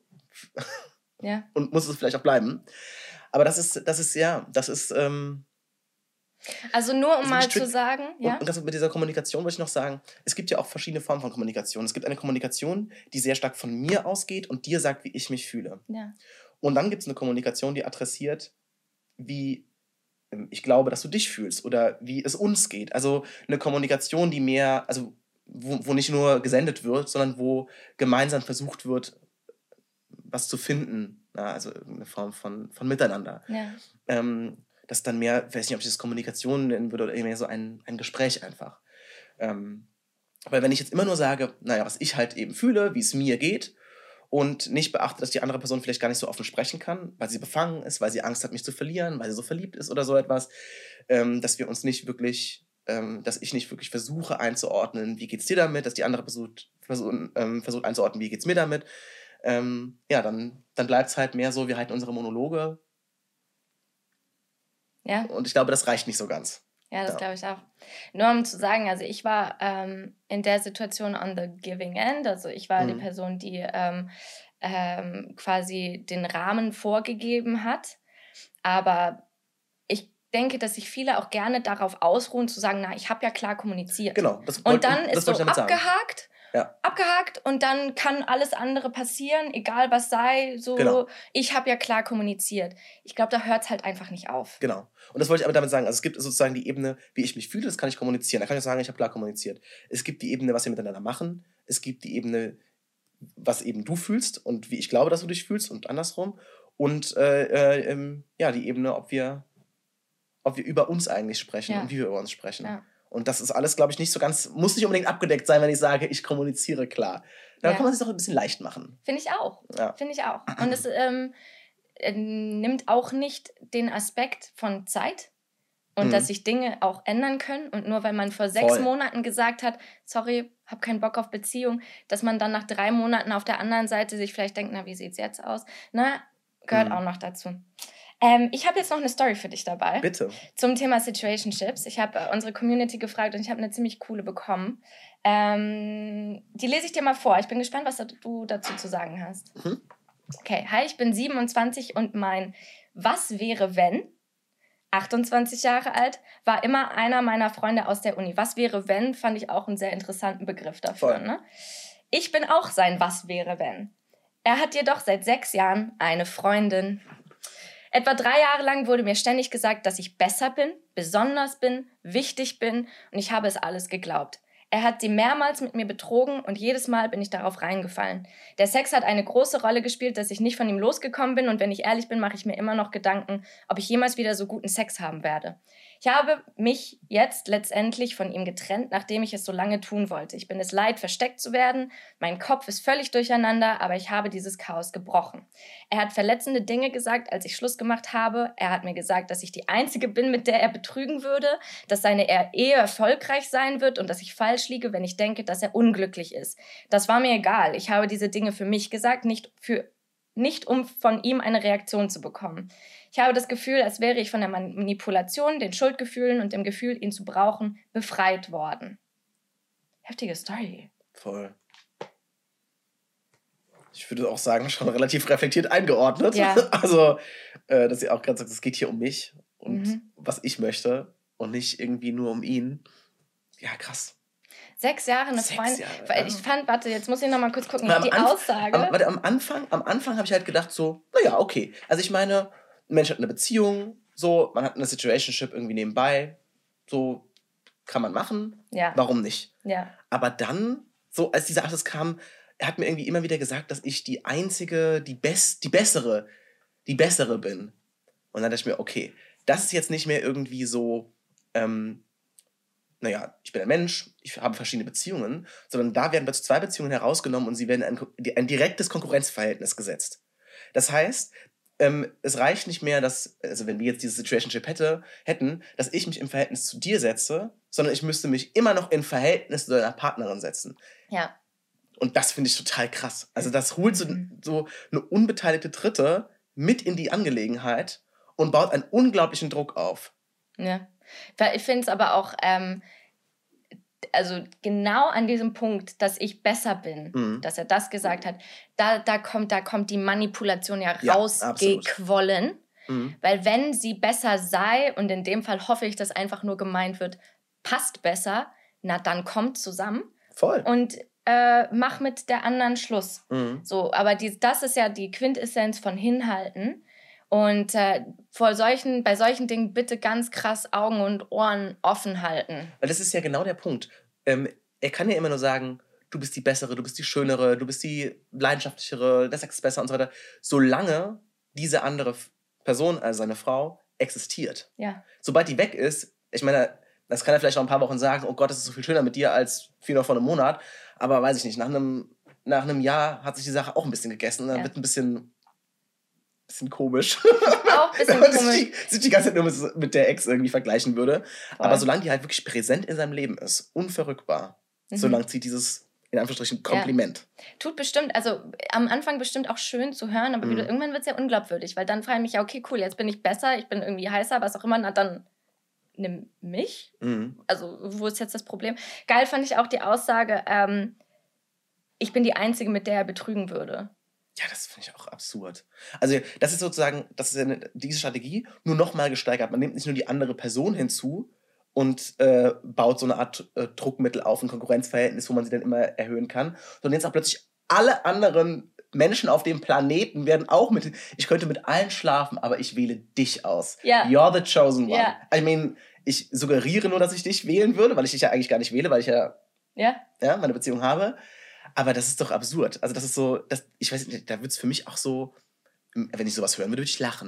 und muss es vielleicht auch bleiben. Aber das ist. Also nur um mal zu sagen, Und das mit dieser Kommunikation würde ich noch sagen, es gibt ja auch verschiedene Formen von Kommunikation. Es gibt eine Kommunikation, die sehr stark von mir ausgeht und dir sagt, wie ich mich fühle. Und dann gibt es eine Kommunikation, die adressiert, wie ich glaube, dass du dich fühlst oder wie es uns geht. Also eine Kommunikation, die mehr, also wo nicht nur gesendet wird, sondern wo gemeinsam versucht wird, was zu finden. Also eine Form von Miteinander. Das ist dann mehr, ich weiß nicht, ob ich das Kommunikation nennen würde oder mehr so ein Gespräch einfach. Weil wenn ich jetzt immer nur sage, naja, was ich halt eben fühle, wie es mir geht und nicht beachte, dass die andere Person vielleicht gar nicht so offen sprechen kann, weil sie befangen ist, weil sie Angst hat, mich zu verlieren, weil sie so verliebt ist oder so etwas, dass wir uns nicht wirklich, dass ich nicht wirklich versuche einzuordnen, wie geht's dir damit, dass die andere versucht einzuordnen, wie geht's mir damit, dann bleibt es halt mehr so, wir halten unsere Monologe. Und ich glaube, das reicht nicht so ganz. Ja, das glaube ich auch. Nur um zu sagen, also ich war in der Situation on the giving end, also ich war die Person, die quasi den Rahmen vorgegeben hat, aber ich denke, dass sich viele auch gerne darauf ausruhen, zu sagen, na, ich habe ja klar kommuniziert. Genau. Und dann ist so abgehakt. Abgehakt und dann kann alles andere passieren, egal was sei, so, ich habe ja klar kommuniziert. Ich glaube, da hört es halt einfach nicht auf. Genau. Und das wollte ich aber damit sagen, also es gibt sozusagen die Ebene, wie ich mich fühle, das kann ich kommunizieren. Da kann ich sagen, ich habe klar kommuniziert. Es gibt die Ebene, was wir miteinander machen. Es gibt die Ebene, was eben du fühlst und wie ich glaube, dass du dich fühlst und andersrum. Und die Ebene, ob wir über uns eigentlich sprechen und wie wir über uns sprechen. Ja. Und das ist alles, glaube ich, nicht so ganz, muss nicht unbedingt abgedeckt sein, wenn ich sage, ich kommuniziere klar. Da kann man es sich doch ein bisschen leicht machen. Finde ich auch. Ja. Finde ich auch. Und es nimmt auch nicht den Aspekt von Zeit, Und dass sich Dinge auch ändern können. Und nur weil man vor 6 Monaten gesagt hat, sorry, hab keinen Bock auf Beziehung, dass man dann nach 3 Monaten auf der anderen Seite sich vielleicht denkt, na, wie sieht's jetzt aus? Na, gehört auch noch dazu. Ich habe jetzt noch eine Story für dich dabei. Bitte. Zum Thema Situationships. Ich habe unsere Community gefragt und ich habe eine ziemlich coole bekommen. Die lese ich dir mal vor. Ich bin gespannt, was du dazu zu sagen hast. Okay, hi, ich bin 27 und mein Was wäre, wenn 28 Jahre alt, war immer einer meiner Freunde aus der Uni. Was wäre, wenn, fand ich auch einen sehr interessanten Begriff dafür. Ne? Ich bin auch sein Was wäre, wenn. Er hat jedoch seit 6 Jahren eine Freundin. Etwa 3 Jahre lang wurde mir ständig gesagt, dass ich besser bin, besonders bin, wichtig bin und ich habe es alles geglaubt. Er hat sie mehrmals mit mir betrogen und jedes Mal bin ich darauf reingefallen. Der Sex hat eine große Rolle gespielt, dass ich nicht von ihm losgekommen bin und wenn ich ehrlich bin, mache ich mir immer noch Gedanken, ob ich jemals wieder so guten Sex haben werde. Ich habe mich jetzt letztendlich von ihm getrennt, nachdem ich es so lange tun wollte. Ich bin es leid, versteckt zu werden. Mein Kopf ist völlig durcheinander, aber ich habe dieses Chaos gebrochen. Er hat verletzende Dinge gesagt, als ich Schluss gemacht habe. Er hat mir gesagt, dass ich die Einzige bin, mit der er betrügen würde, dass seine Ehe erfolgreich sein wird und dass ich falsch liege, wenn ich denke, dass er unglücklich ist. Das war mir egal. Ich habe diese Dinge für mich gesagt, nicht um von ihm eine Reaktion zu bekommen. Ich habe das Gefühl, als wäre ich von der Manipulation, den Schuldgefühlen und dem Gefühl, ihn zu brauchen, befreit worden. Heftige Story. Voll. Ich würde auch sagen, schon relativ reflektiert eingeordnet. Ja. Also, dass sie auch gerade sagt, es geht hier um mich und was ich möchte und nicht irgendwie nur um ihn. Ja, krass. 6 Jahre eine Freundin. Weil ich fand, warte, jetzt muss ich noch mal kurz gucken, die Aussage. Am Anfang habe ich halt gedacht so, naja, okay. Also ich meine, ein Mensch hat eine Beziehung, so, man hat eine Situationship irgendwie nebenbei, so kann man machen. Ja. Warum nicht? Ja. Aber dann, so als dieser Artist kam, er hat mir irgendwie immer wieder gesagt, dass ich die einzige, die bessere bin. Und dann dachte ich mir, okay, das ist jetzt nicht mehr irgendwie so, naja, ich bin ein Mensch, ich habe verschiedene Beziehungen, sondern da werden plötzlich 2 Beziehungen herausgenommen und sie werden in ein direktes Konkurrenzverhältnis gesetzt. Das heißt, es reicht nicht mehr, dass, also wenn wir jetzt diese Situationship hätten, dass ich mich im Verhältnis zu dir setze, sondern ich müsste mich immer noch in Verhältnis zu deiner Partnerin setzen. Ja. Und das finde ich total krass. Also das holt so eine unbeteiligte Dritte mit in die Angelegenheit und baut einen unglaublichen Druck auf. Ja. Weil ich finde es aber auch, also genau an diesem Punkt, dass ich besser bin, dass er das gesagt hat, da kommt die Manipulation ja rausgequollen. Weil wenn sie besser sei, und in dem Fall hoffe ich, dass einfach nur gemeint wird, passt besser, na dann kommt zusammen. Voll. Und mach mit der anderen Schluss. So, aber das ist ja die Quintessenz von Hinhalten. Und bei solchen Dingen bitte ganz krass Augen und Ohren offen halten. Weil das ist ja genau der Punkt. Er kann ja immer nur sagen, du bist die Bessere, du bist die Schönere, du bist die Leidenschaftlichere, der Sex ist besser und so weiter. Solange diese andere Person, also seine Frau, existiert. Ja. Sobald die weg ist, ich meine, das kann er vielleicht noch ein paar Wochen sagen, oh Gott, das ist so viel schöner mit dir als viel noch vor einem Monat. Aber weiß ich nicht, nach einem Jahr hat sich die Sache auch ein bisschen gegessen. Dann wird ein bisschen komisch. Auch ein bisschen wenn man komisch. sich die ganze Zeit nur mit der Ex irgendwie vergleichen würde. Voll. Aber solange die halt wirklich präsent in seinem Leben ist, unverrückbar, solange zieht dieses, in Anführungsstrichen, Kompliment. Ja. Tut bestimmt, also am Anfang bestimmt auch schön zu hören, aber irgendwann wird es ja unglaubwürdig, weil dann frage ich mich, ja, okay, cool, jetzt bin ich besser, ich bin irgendwie heißer, was auch immer, na dann nimm mich. Also wo ist jetzt das Problem? Geil fand ich auch die Aussage, ich bin die Einzige, mit der er betrügen würde. Ja, das finde ich auch absurd. Also das ist sozusagen, diese Strategie nur nochmal gesteigert. Man nimmt nicht nur die andere Person hinzu und baut so eine Art Druckmittel auf, ein Konkurrenzverhältnis, wo man sie dann immer erhöhen kann, sondern jetzt auch plötzlich alle anderen Menschen auf dem Planeten werden auch ich könnte mit allen schlafen, aber ich wähle dich aus. Ja. You're the chosen one. Ja. I mean, ich suggeriere nur, dass ich dich wählen würde, weil ich dich ja eigentlich gar nicht wähle, weil ich ja meine Beziehung habe. Aber das ist doch absurd. Also das ist so, ich weiß nicht, da wird es für mich auch so, wenn ich sowas hören würde, würde ich lachen.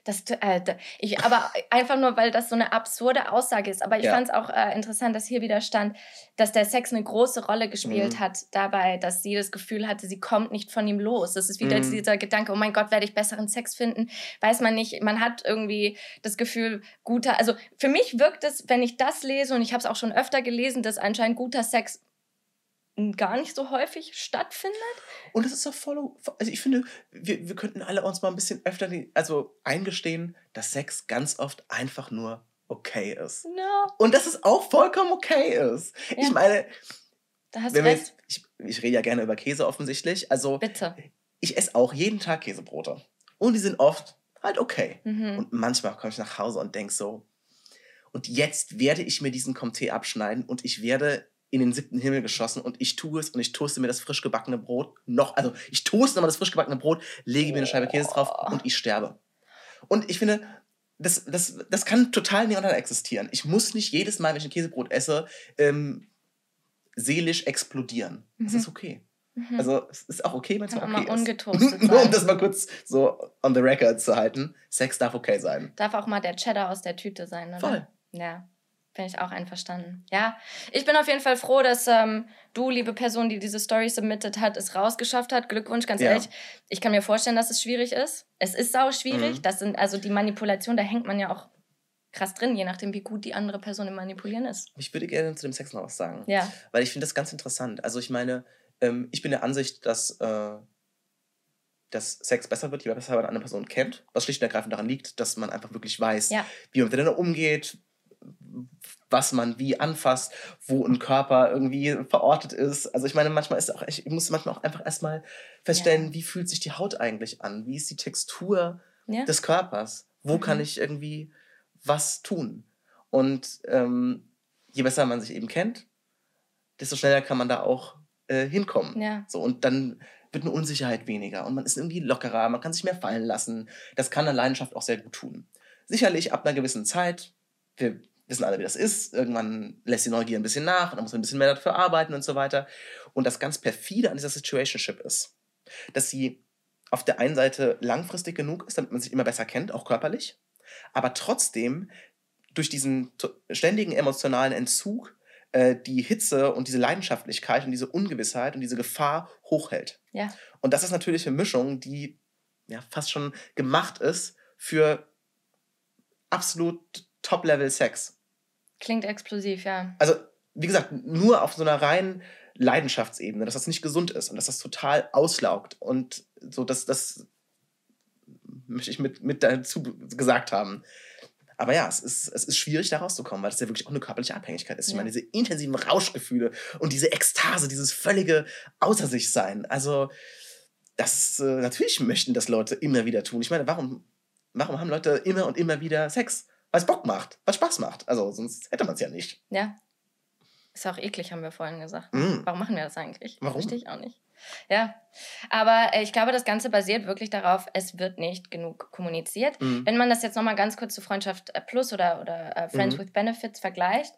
Aber einfach nur, weil das so eine absurde Aussage ist. Aber ich fand es auch interessant, dass hier wieder stand, dass der Sex eine große Rolle gespielt hat dabei, dass sie das Gefühl hatte, sie kommt nicht von ihm los. Das ist wieder dieser Gedanke, oh mein Gott, werde ich besseren Sex finden? Weiß man nicht. Man hat irgendwie das Gefühl, also für mich wirkt es, wenn ich das lese, und ich habe es auch schon öfter gelesen, dass anscheinend guter Sex gar nicht so häufig stattfindet. Und das ist doch voll... Also ich finde, wir könnten alle uns mal ein bisschen öfter eingestehen, dass Sex ganz oft einfach nur okay ist. No. Und dass es auch vollkommen okay ist. Ja. Ich meine... Da hast du recht. Ich rede ja gerne über Käse offensichtlich. Also bitte. Ich esse auch jeden Tag Käsebrote. Und die sind oft halt okay. Und manchmal komme ich nach Hause und denke so, und jetzt werde ich mir diesen Comté abschneiden und ich werde in den 7. Himmel geschossen und ich tue es und ich toaste mir das frisch gebackene Brot ich toaste nochmal das frisch gebackene Brot, lege mir eine Scheibe Käse drauf und ich sterbe. Und ich finde, das kann total nebeneinander existieren. Ich muss nicht jedes Mal, wenn ich ein Käsebrot esse, seelisch explodieren. Das ist okay. Also es ist auch okay, wenn es mal okay ist. Ungetoastet sein. Nur um das mal kurz so on the record zu halten. Sex darf okay sein. Darf auch mal der Cheddar aus der Tüte sein, oder? Voll. Ja, bin ich auch einverstanden. Ja, ich bin auf jeden Fall froh, dass du, liebe Person, die diese Story submitted hat, es rausgeschafft hat. Glückwunsch, ganz ehrlich. Ich kann mir vorstellen, dass es schwierig ist. Es ist sau schwierig. Das sind also die Manipulation, da hängt man ja auch krass drin, je nachdem, wie gut die andere Person im Manipulieren ist. Ich würde gerne zu dem Sex noch was sagen. Ja. Weil ich finde das ganz interessant. Also ich meine, ich bin der Ansicht, dass Sex besser wird, je besser man eine andere Person kennt. Was schlicht und ergreifend daran liegt, dass man einfach wirklich weiß, wie man miteinander umgeht, was man wie anfasst, wo ein Körper irgendwie verortet ist. Also ich meine, ich muss manchmal auch einfach erstmal feststellen, wie fühlt sich die Haut eigentlich an? Wie ist die Textur des Körpers? Wo kann ich irgendwie was tun? Und je besser man sich eben kennt, desto schneller kann man da auch hinkommen. Ja. So, und dann wird eine Unsicherheit weniger und man ist irgendwie lockerer, man kann sich mehr fallen lassen. Das kann eine Leidenschaft auch sehr gut tun. Sicherlich ab einer gewissen Zeit, wir wissen alle, wie das ist, irgendwann lässt die Neugier ein bisschen nach und dann muss man ein bisschen mehr dafür arbeiten und so weiter. Und das ganz perfide an dieser Situationship ist, dass sie auf der einen Seite langfristig genug ist, damit man sich immer besser kennt, auch körperlich, aber trotzdem durch diesen ständigen emotionalen Entzug die Hitze und diese Leidenschaftlichkeit und diese Ungewissheit und diese Gefahr hochhält. Ja. Und das ist natürlich eine Mischung, die fast schon gemacht ist für absolut Top-Level-Sex. Klingt explosiv, ja. Also, wie gesagt, nur auf so einer reinen Leidenschaftsebene, dass das nicht gesund ist und dass das total auslaugt. Und so, das möchte ich mit dazu gesagt haben. Aber ja, es ist schwierig, da rauszukommen, weil das ja wirklich auch eine körperliche Abhängigkeit ist. Ich meine, diese intensiven Rauschgefühle und diese Ekstase, dieses völlige Außer-sich-Sein. Also, natürlich möchten das Leute immer wieder tun. Ich meine, warum haben Leute immer und immer wieder Sex? Weil es Bock macht, weil es Spaß macht. Also, sonst hätte man es ja nicht. Ja. Ist auch eklig, haben wir vorhin gesagt. Warum machen wir das eigentlich? Warum? Verstehe ich auch nicht. Ja, aber ich glaube, das Ganze basiert wirklich darauf, es wird nicht genug kommuniziert. Wenn man das jetzt nochmal ganz kurz zu Freundschaft Plus oder Friends with Benefits vergleicht,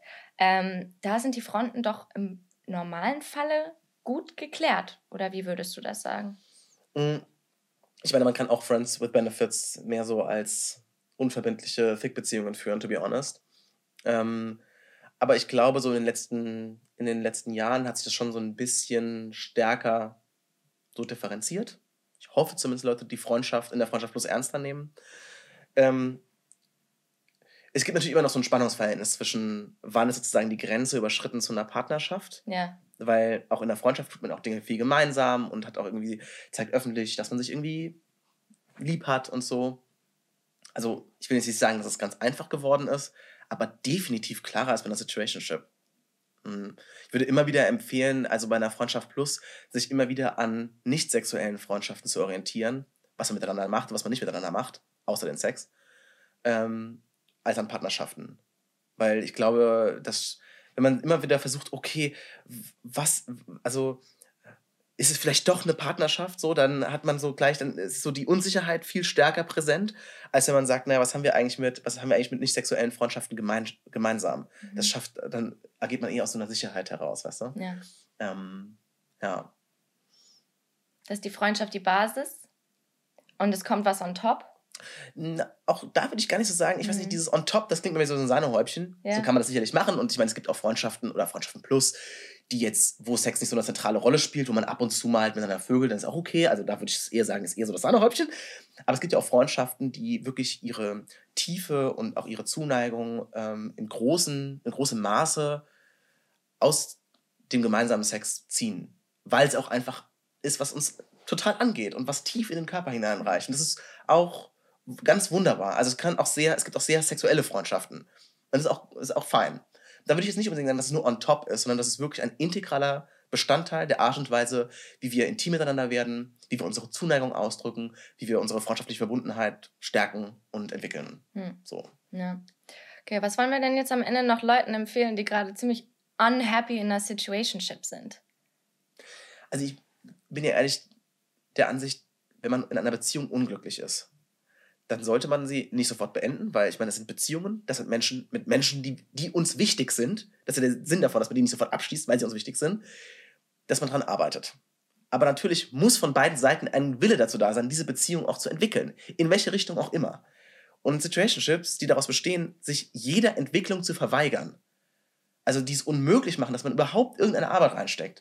da sind die Fronten doch im normalen Falle gut geklärt. Oder wie würdest du das sagen? Ich meine, man kann auch Friends with Benefits mehr so als unverbindliche Fick-Beziehungen führen, to be honest. Aber ich glaube, so in den letzten Jahren hat sich das schon so ein bisschen stärker so differenziert. Ich hoffe zumindest, Leute, die Freundschaft in der Freundschaft Plus ernster nehmen. Es gibt natürlich immer noch so ein Spannungsverhältnis zwischen, wann ist sozusagen die Grenze überschritten zu einer Partnerschaft. Ja. Weil auch in der Freundschaft tut man auch Dinge viel gemeinsam und hat auch irgendwie, zeigt öffentlich, dass man sich irgendwie lieb hat und so. Also ich will jetzt nicht sagen, dass es ganz einfach geworden ist, aber definitiv klarer als bei einer Situationship. Ich würde immer wieder empfehlen, also bei einer Freundschaft Plus, sich immer wieder an nicht sexuellen Freundschaften zu orientieren, was man miteinander macht und was man nicht miteinander macht, außer den Sex, als an Partnerschaften. Weil ich glaube, dass, wenn man immer wieder versucht, okay, ist es vielleicht doch eine Partnerschaft, so, dann hat man dann ist so die Unsicherheit viel stärker präsent, als wenn man sagt, naja, was haben wir eigentlich mit nicht sexuellen Freundschaften gemeinsam? Dann agiert man eher aus so einer Sicherheit heraus, weißt du? Ja. Ja. Das ist die Freundschaft die Basis und es kommt was on top. Auch da würde ich gar nicht so sagen, ich weiß nicht, dieses on top, das klingt mir wie so ein Sahnehäubchen. So kann man das sicherlich machen. Und ich meine, es gibt auch Freundschaften oder Freundschaften plus, die jetzt, wo Sex nicht so eine zentrale Rolle spielt, wo man ab und zu mal miteinander vögelt, dann ist auch okay. Also da würde ich es eher sagen, ist eher so das Sahnehäubchen. Aber es gibt ja auch Freundschaften, die wirklich ihre Tiefe und auch ihre Zuneigung in großem Maße aus dem gemeinsamen Sex ziehen. Weil es auch einfach ist, was uns total angeht und was tief in den Körper hineinreicht. Und das ist auch ganz wunderbar. Also es gibt auch sehr sexuelle Freundschaften. Und das ist auch fein. Da würde ich jetzt nicht unbedingt sagen, dass es nur on top ist, sondern dass es wirklich ein integraler Bestandteil der Art und Weise, wie wir intim miteinander werden, wie wir unsere Zuneigung ausdrücken, wie wir unsere freundschaftliche Verbundenheit stärken und entwickeln. So. Ja. Okay, was wollen wir denn jetzt am Ende noch Leuten empfehlen, die gerade ziemlich unhappy in einer Situationship sind? Also ich bin ja ehrlich der Ansicht, wenn man in einer Beziehung unglücklich ist, dann sollte man sie nicht sofort beenden, weil ich meine, das sind Beziehungen, das sind Menschen mit Menschen, die uns wichtig sind. Das ist ja der Sinn davon, dass man die nicht sofort abschließt, weil sie uns wichtig sind, dass man daran arbeitet. Aber natürlich muss von beiden Seiten ein Wille dazu da sein, diese Beziehung auch zu entwickeln, in welche Richtung auch immer. Und Situationships, die daraus bestehen, sich jeder Entwicklung zu verweigern, also die es unmöglich machen, dass man überhaupt irgendeine Arbeit reinsteckt,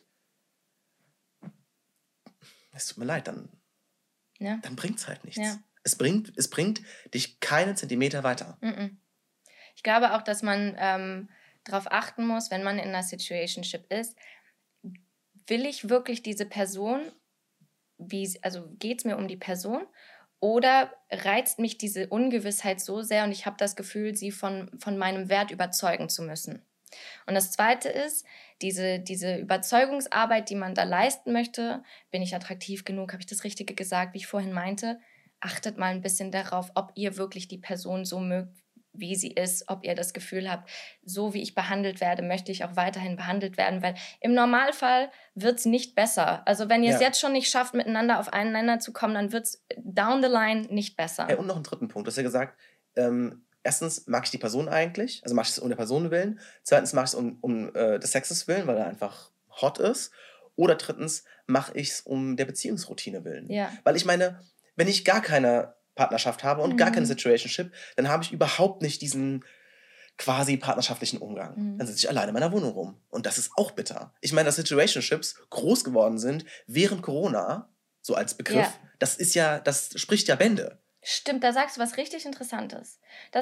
es tut mir leid, dann bringt es halt nichts. Ja. Es bringt dich keinen Zentimeter weiter. Ich glaube auch, dass man darauf achten muss, wenn man in einer Situationship ist, will ich wirklich diese Person, also geht es mir um die Person oder reizt mich diese Ungewissheit so sehr und ich habe das Gefühl, sie von meinem Wert überzeugen zu müssen. Und das Zweite ist, diese Überzeugungsarbeit, die man da leisten möchte, bin ich attraktiv genug, habe ich das Richtige gesagt, wie ich vorhin meinte, achtet mal ein bisschen darauf, ob ihr wirklich die Person so mögt, wie sie ist, ob ihr das Gefühl habt, so wie ich behandelt werde, möchte ich auch weiterhin behandelt werden, weil im Normalfall wird es nicht besser. Also wenn ihr es jetzt schon nicht schafft, miteinander auf einen Nenner zu kommen, dann wird es down the line nicht besser. Ja, und noch einen dritten Punkt, du hast ja gesagt, erstens mag ich die Person eigentlich, also mache ich es um der Person willen. Zweitens mache ich es um des Sexes willen, weil er einfach hot ist. Oder drittens mache ich es um der Beziehungsroutine willen. Ja. Weil ich meine, wenn ich gar keine Partnerschaft habe und gar keine Situationship, dann habe ich überhaupt nicht diesen quasi partnerschaftlichen Umgang. Dann sitze ich alleine in meiner Wohnung rum. Und das ist auch bitter. Ich meine, dass Situationships groß geworden sind während Corona, so als Begriff, das spricht ja Bände. Stimmt, da sagst du was richtig Interessantes.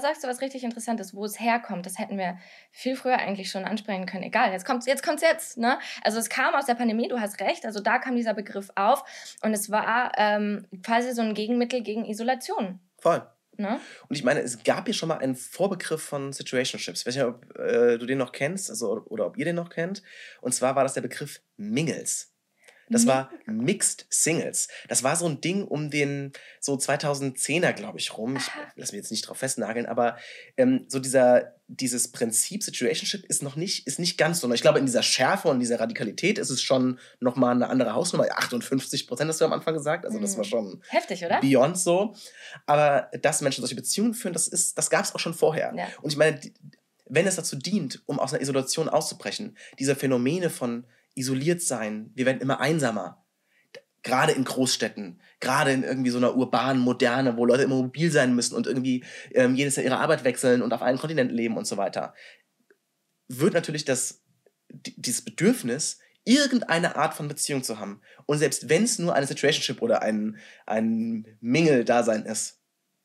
Wo es herkommt. Das hätten wir viel früher eigentlich schon ansprechen können. Egal, jetzt kommt's, ne? Also es kam aus der Pandemie, du hast recht. Also da kam dieser Begriff auf. Und es war quasi so ein Gegenmittel gegen Isolation. Voll. Ne? Und ich meine, es gab ja schon mal einen Vorbegriff von Situationships. Ich weiß nicht, ob du den noch kennst, oder ob ihr den noch kennt. Und zwar war das der Begriff Mingles. Das war Mixed Singles. Das war so ein Ding um den so 2010er, glaube ich, rum. Ich lass mich jetzt nicht drauf festnageln, aber so dieses Prinzip Situationship ist nicht ganz so. Ich glaube, in dieser Schärfe und dieser Radikalität ist es schon nochmal eine andere Hausnummer. 58% hast du am Anfang gesagt. Also das war schon heftig, oder? Beyond so. Aber dass Menschen solche Beziehungen führen, das gab es auch schon vorher. Ja. Und ich meine, wenn es dazu dient, um aus einer Isolation auszubrechen, diese Phänomene von isoliert sein, wir werden immer einsamer. Gerade in Großstädten, gerade in irgendwie so einer urbanen Moderne, wo Leute immer mobil sein müssen und irgendwie jedes Jahr ihre Arbeit wechseln und auf einem Kontinent leben und so weiter, wird natürlich dieses Bedürfnis, irgendeine Art von Beziehung zu haben. Und selbst wenn es nur eine Situationship oder ein Mingle-Dasein ist,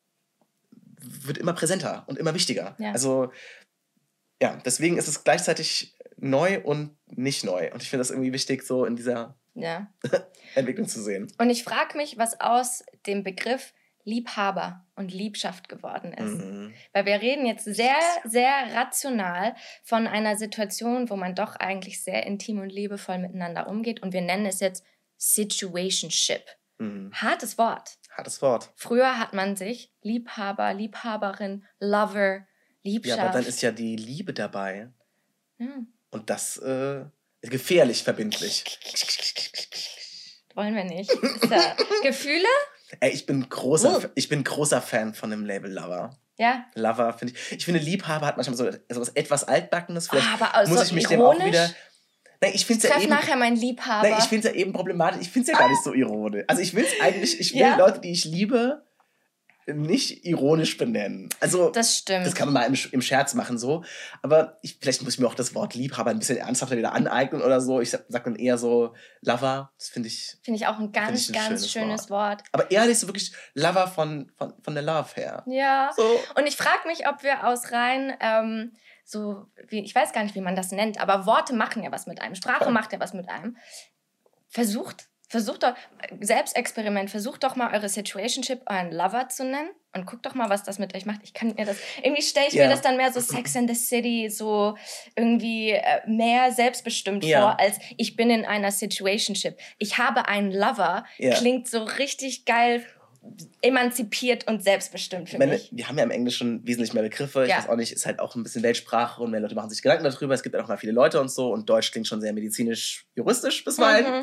wird immer präsenter und immer wichtiger. Ja. Also ja, deswegen ist es gleichzeitig neu und nicht neu. Und ich finde das irgendwie wichtig, so in dieser Entwicklung zu sehen. Und ich frage mich, was aus dem Begriff Liebhaber und Liebschaft geworden ist. Weil wir reden jetzt sehr, sehr rational von einer Situation, wo man doch eigentlich sehr intim und liebevoll miteinander umgeht. Und wir nennen es jetzt Situationship. Hartes Wort. Hartes Wort. Früher hat man sich Liebhaber, Liebhaberin, Lover, Liebschaft. Ja, aber dann ist ja die Liebe dabei. Und das ist gefährlich verbindlich. Wollen wir nicht. Gefühle? Ey, ich bin großer Fan von dem Label Lover. Ja. Lover finde ich. Ich finde, Liebhaber hat manchmal so was etwas Altbackenes. Vielleicht aber muss ich mich dem auch wieder. Nein, ich finde es ja eben. nachher meinen Liebhaber. Nein, ich finde es ja eben problematisch. Ich finde es ja gar nicht so ironisch. Also ich will es eigentlich. Ich will Leute, die ich liebe, nicht ironisch benennen. Also, das stimmt. Das kann man mal im Scherz machen so. Aber vielleicht muss ich mir auch das Wort Liebhaber ein bisschen ernsthafter wieder aneignen oder so. Ich sag dann eher so Lover. Das finde ich... Finde ich auch ein ganz schönes Wort. Aber eher nicht so wirklich Lover von der Love her. Ja. So. Und ich frage mich, ob wir aus rein... ich weiß gar nicht, wie man das nennt, aber Worte machen ja was mit einem. Sprache macht ja was mit einem. Versucht doch, Selbstexperiment, versucht doch mal eure Situationship euren Lover zu nennen und guckt doch mal, was das mit euch macht. Irgendwie stelle ich mir das dann mehr so Sex and the City, so irgendwie mehr selbstbestimmt vor, als ich bin in einer Situationship. Ich habe einen Lover, klingt so richtig geil, emanzipiert und selbstbestimmt für mich. Wir haben ja im Englischen wesentlich mehr Begriffe. Ich weiß auch nicht, ist halt auch ein bisschen Weltsprache und mehr Leute machen sich Gedanken darüber. Es gibt ja auch mal viele Leute und so und Deutsch klingt schon sehr medizinisch-juristisch bisweilen.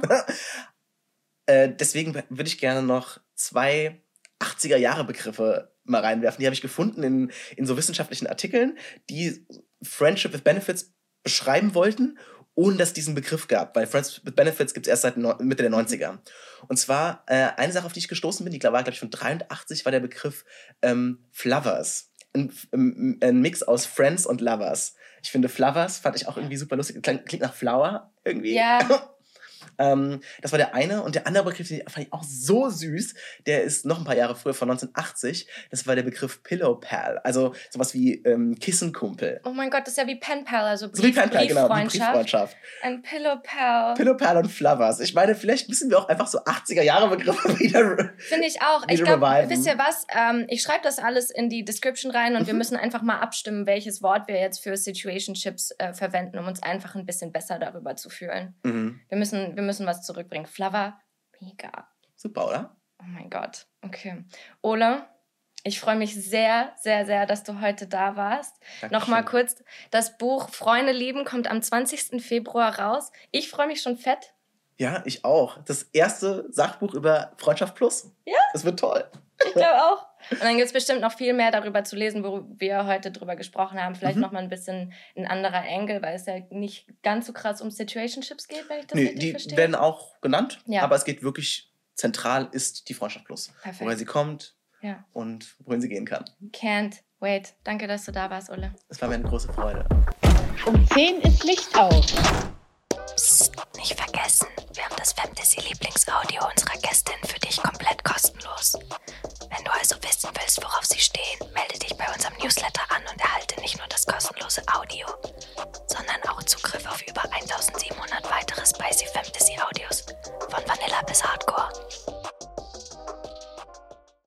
Deswegen würde ich gerne noch 2 80er-Jahre-Begriffe mal reinwerfen. Die habe ich gefunden in so wissenschaftlichen Artikeln, die Friendship with Benefits beschreiben wollten, ohne dass es diesen Begriff gab. Weil Friends with Benefits gibt es erst seit Mitte der 90er. Und zwar eine Sache, auf die ich gestoßen bin, die war, glaube ich, von 83, war der Begriff Flovers. Ein Mix aus Friends und Lovers. Ich finde, Flovers fand ich auch irgendwie super lustig. Klingt nach Flower irgendwie. Ja. Das war der eine. Und der andere Begriff, den fand ich auch so süß, der ist noch ein paar Jahre früher, von 1980. Das war der Begriff Pillow Pal. Also sowas wie Kissenkumpel. Oh mein Gott, das ist ja wie Pen Pal, also so wie Pen Pal, genau, wie Brieffreundschaft. Ein Pillow Pal. Pillow Pal und Flovers. Ich meine, vielleicht müssen wir auch einfach so 80er-Jahre-Begriffe wieder. Finde ich auch. Ich glaube, wisst ihr was? Ich schreibe das alles in die Description rein und wir müssen einfach mal abstimmen, welches Wort wir jetzt für Situationships verwenden, um uns einfach ein bisschen besser darüber zu fühlen. Wir müssen was zurückbringen. Flower, mega. Super, oder? Oh mein Gott. Okay. Ole, ich freue mich sehr, sehr, sehr, dass du heute da warst. Nochmal kurz, das Buch Freunde lieben kommt am 20. Februar raus. Ich freue mich schon fett. Ja, ich auch. Das erste Sachbuch über Freundschaft Plus. Ja. Das wird toll. Ich glaube auch. Und dann gibt es bestimmt noch viel mehr darüber zu lesen, wo wir heute drüber gesprochen haben. Vielleicht nochmal ein bisschen ein anderer Angle, weil es ja nicht ganz so krass um Situationships geht, wenn ich das richtig verstehe. Die werden auch genannt, aber es geht wirklich zentral, ist die Freundschaft Plus. Perfekt. Woher sie kommt und wohin sie gehen kann. Can't wait. Danke, dass du da warst, Ole. Es war mir eine große Freude. Um 10 ist Licht aus. Psst, nicht vergessen, wir haben das Fantasy-Lieblingsaudio unserer Gästin für dich komplett kostenlos. Wenn du also wissen willst, worauf sie stehen, melde dich bei unserem Newsletter an und erhalte nicht nur das kostenlose Audio,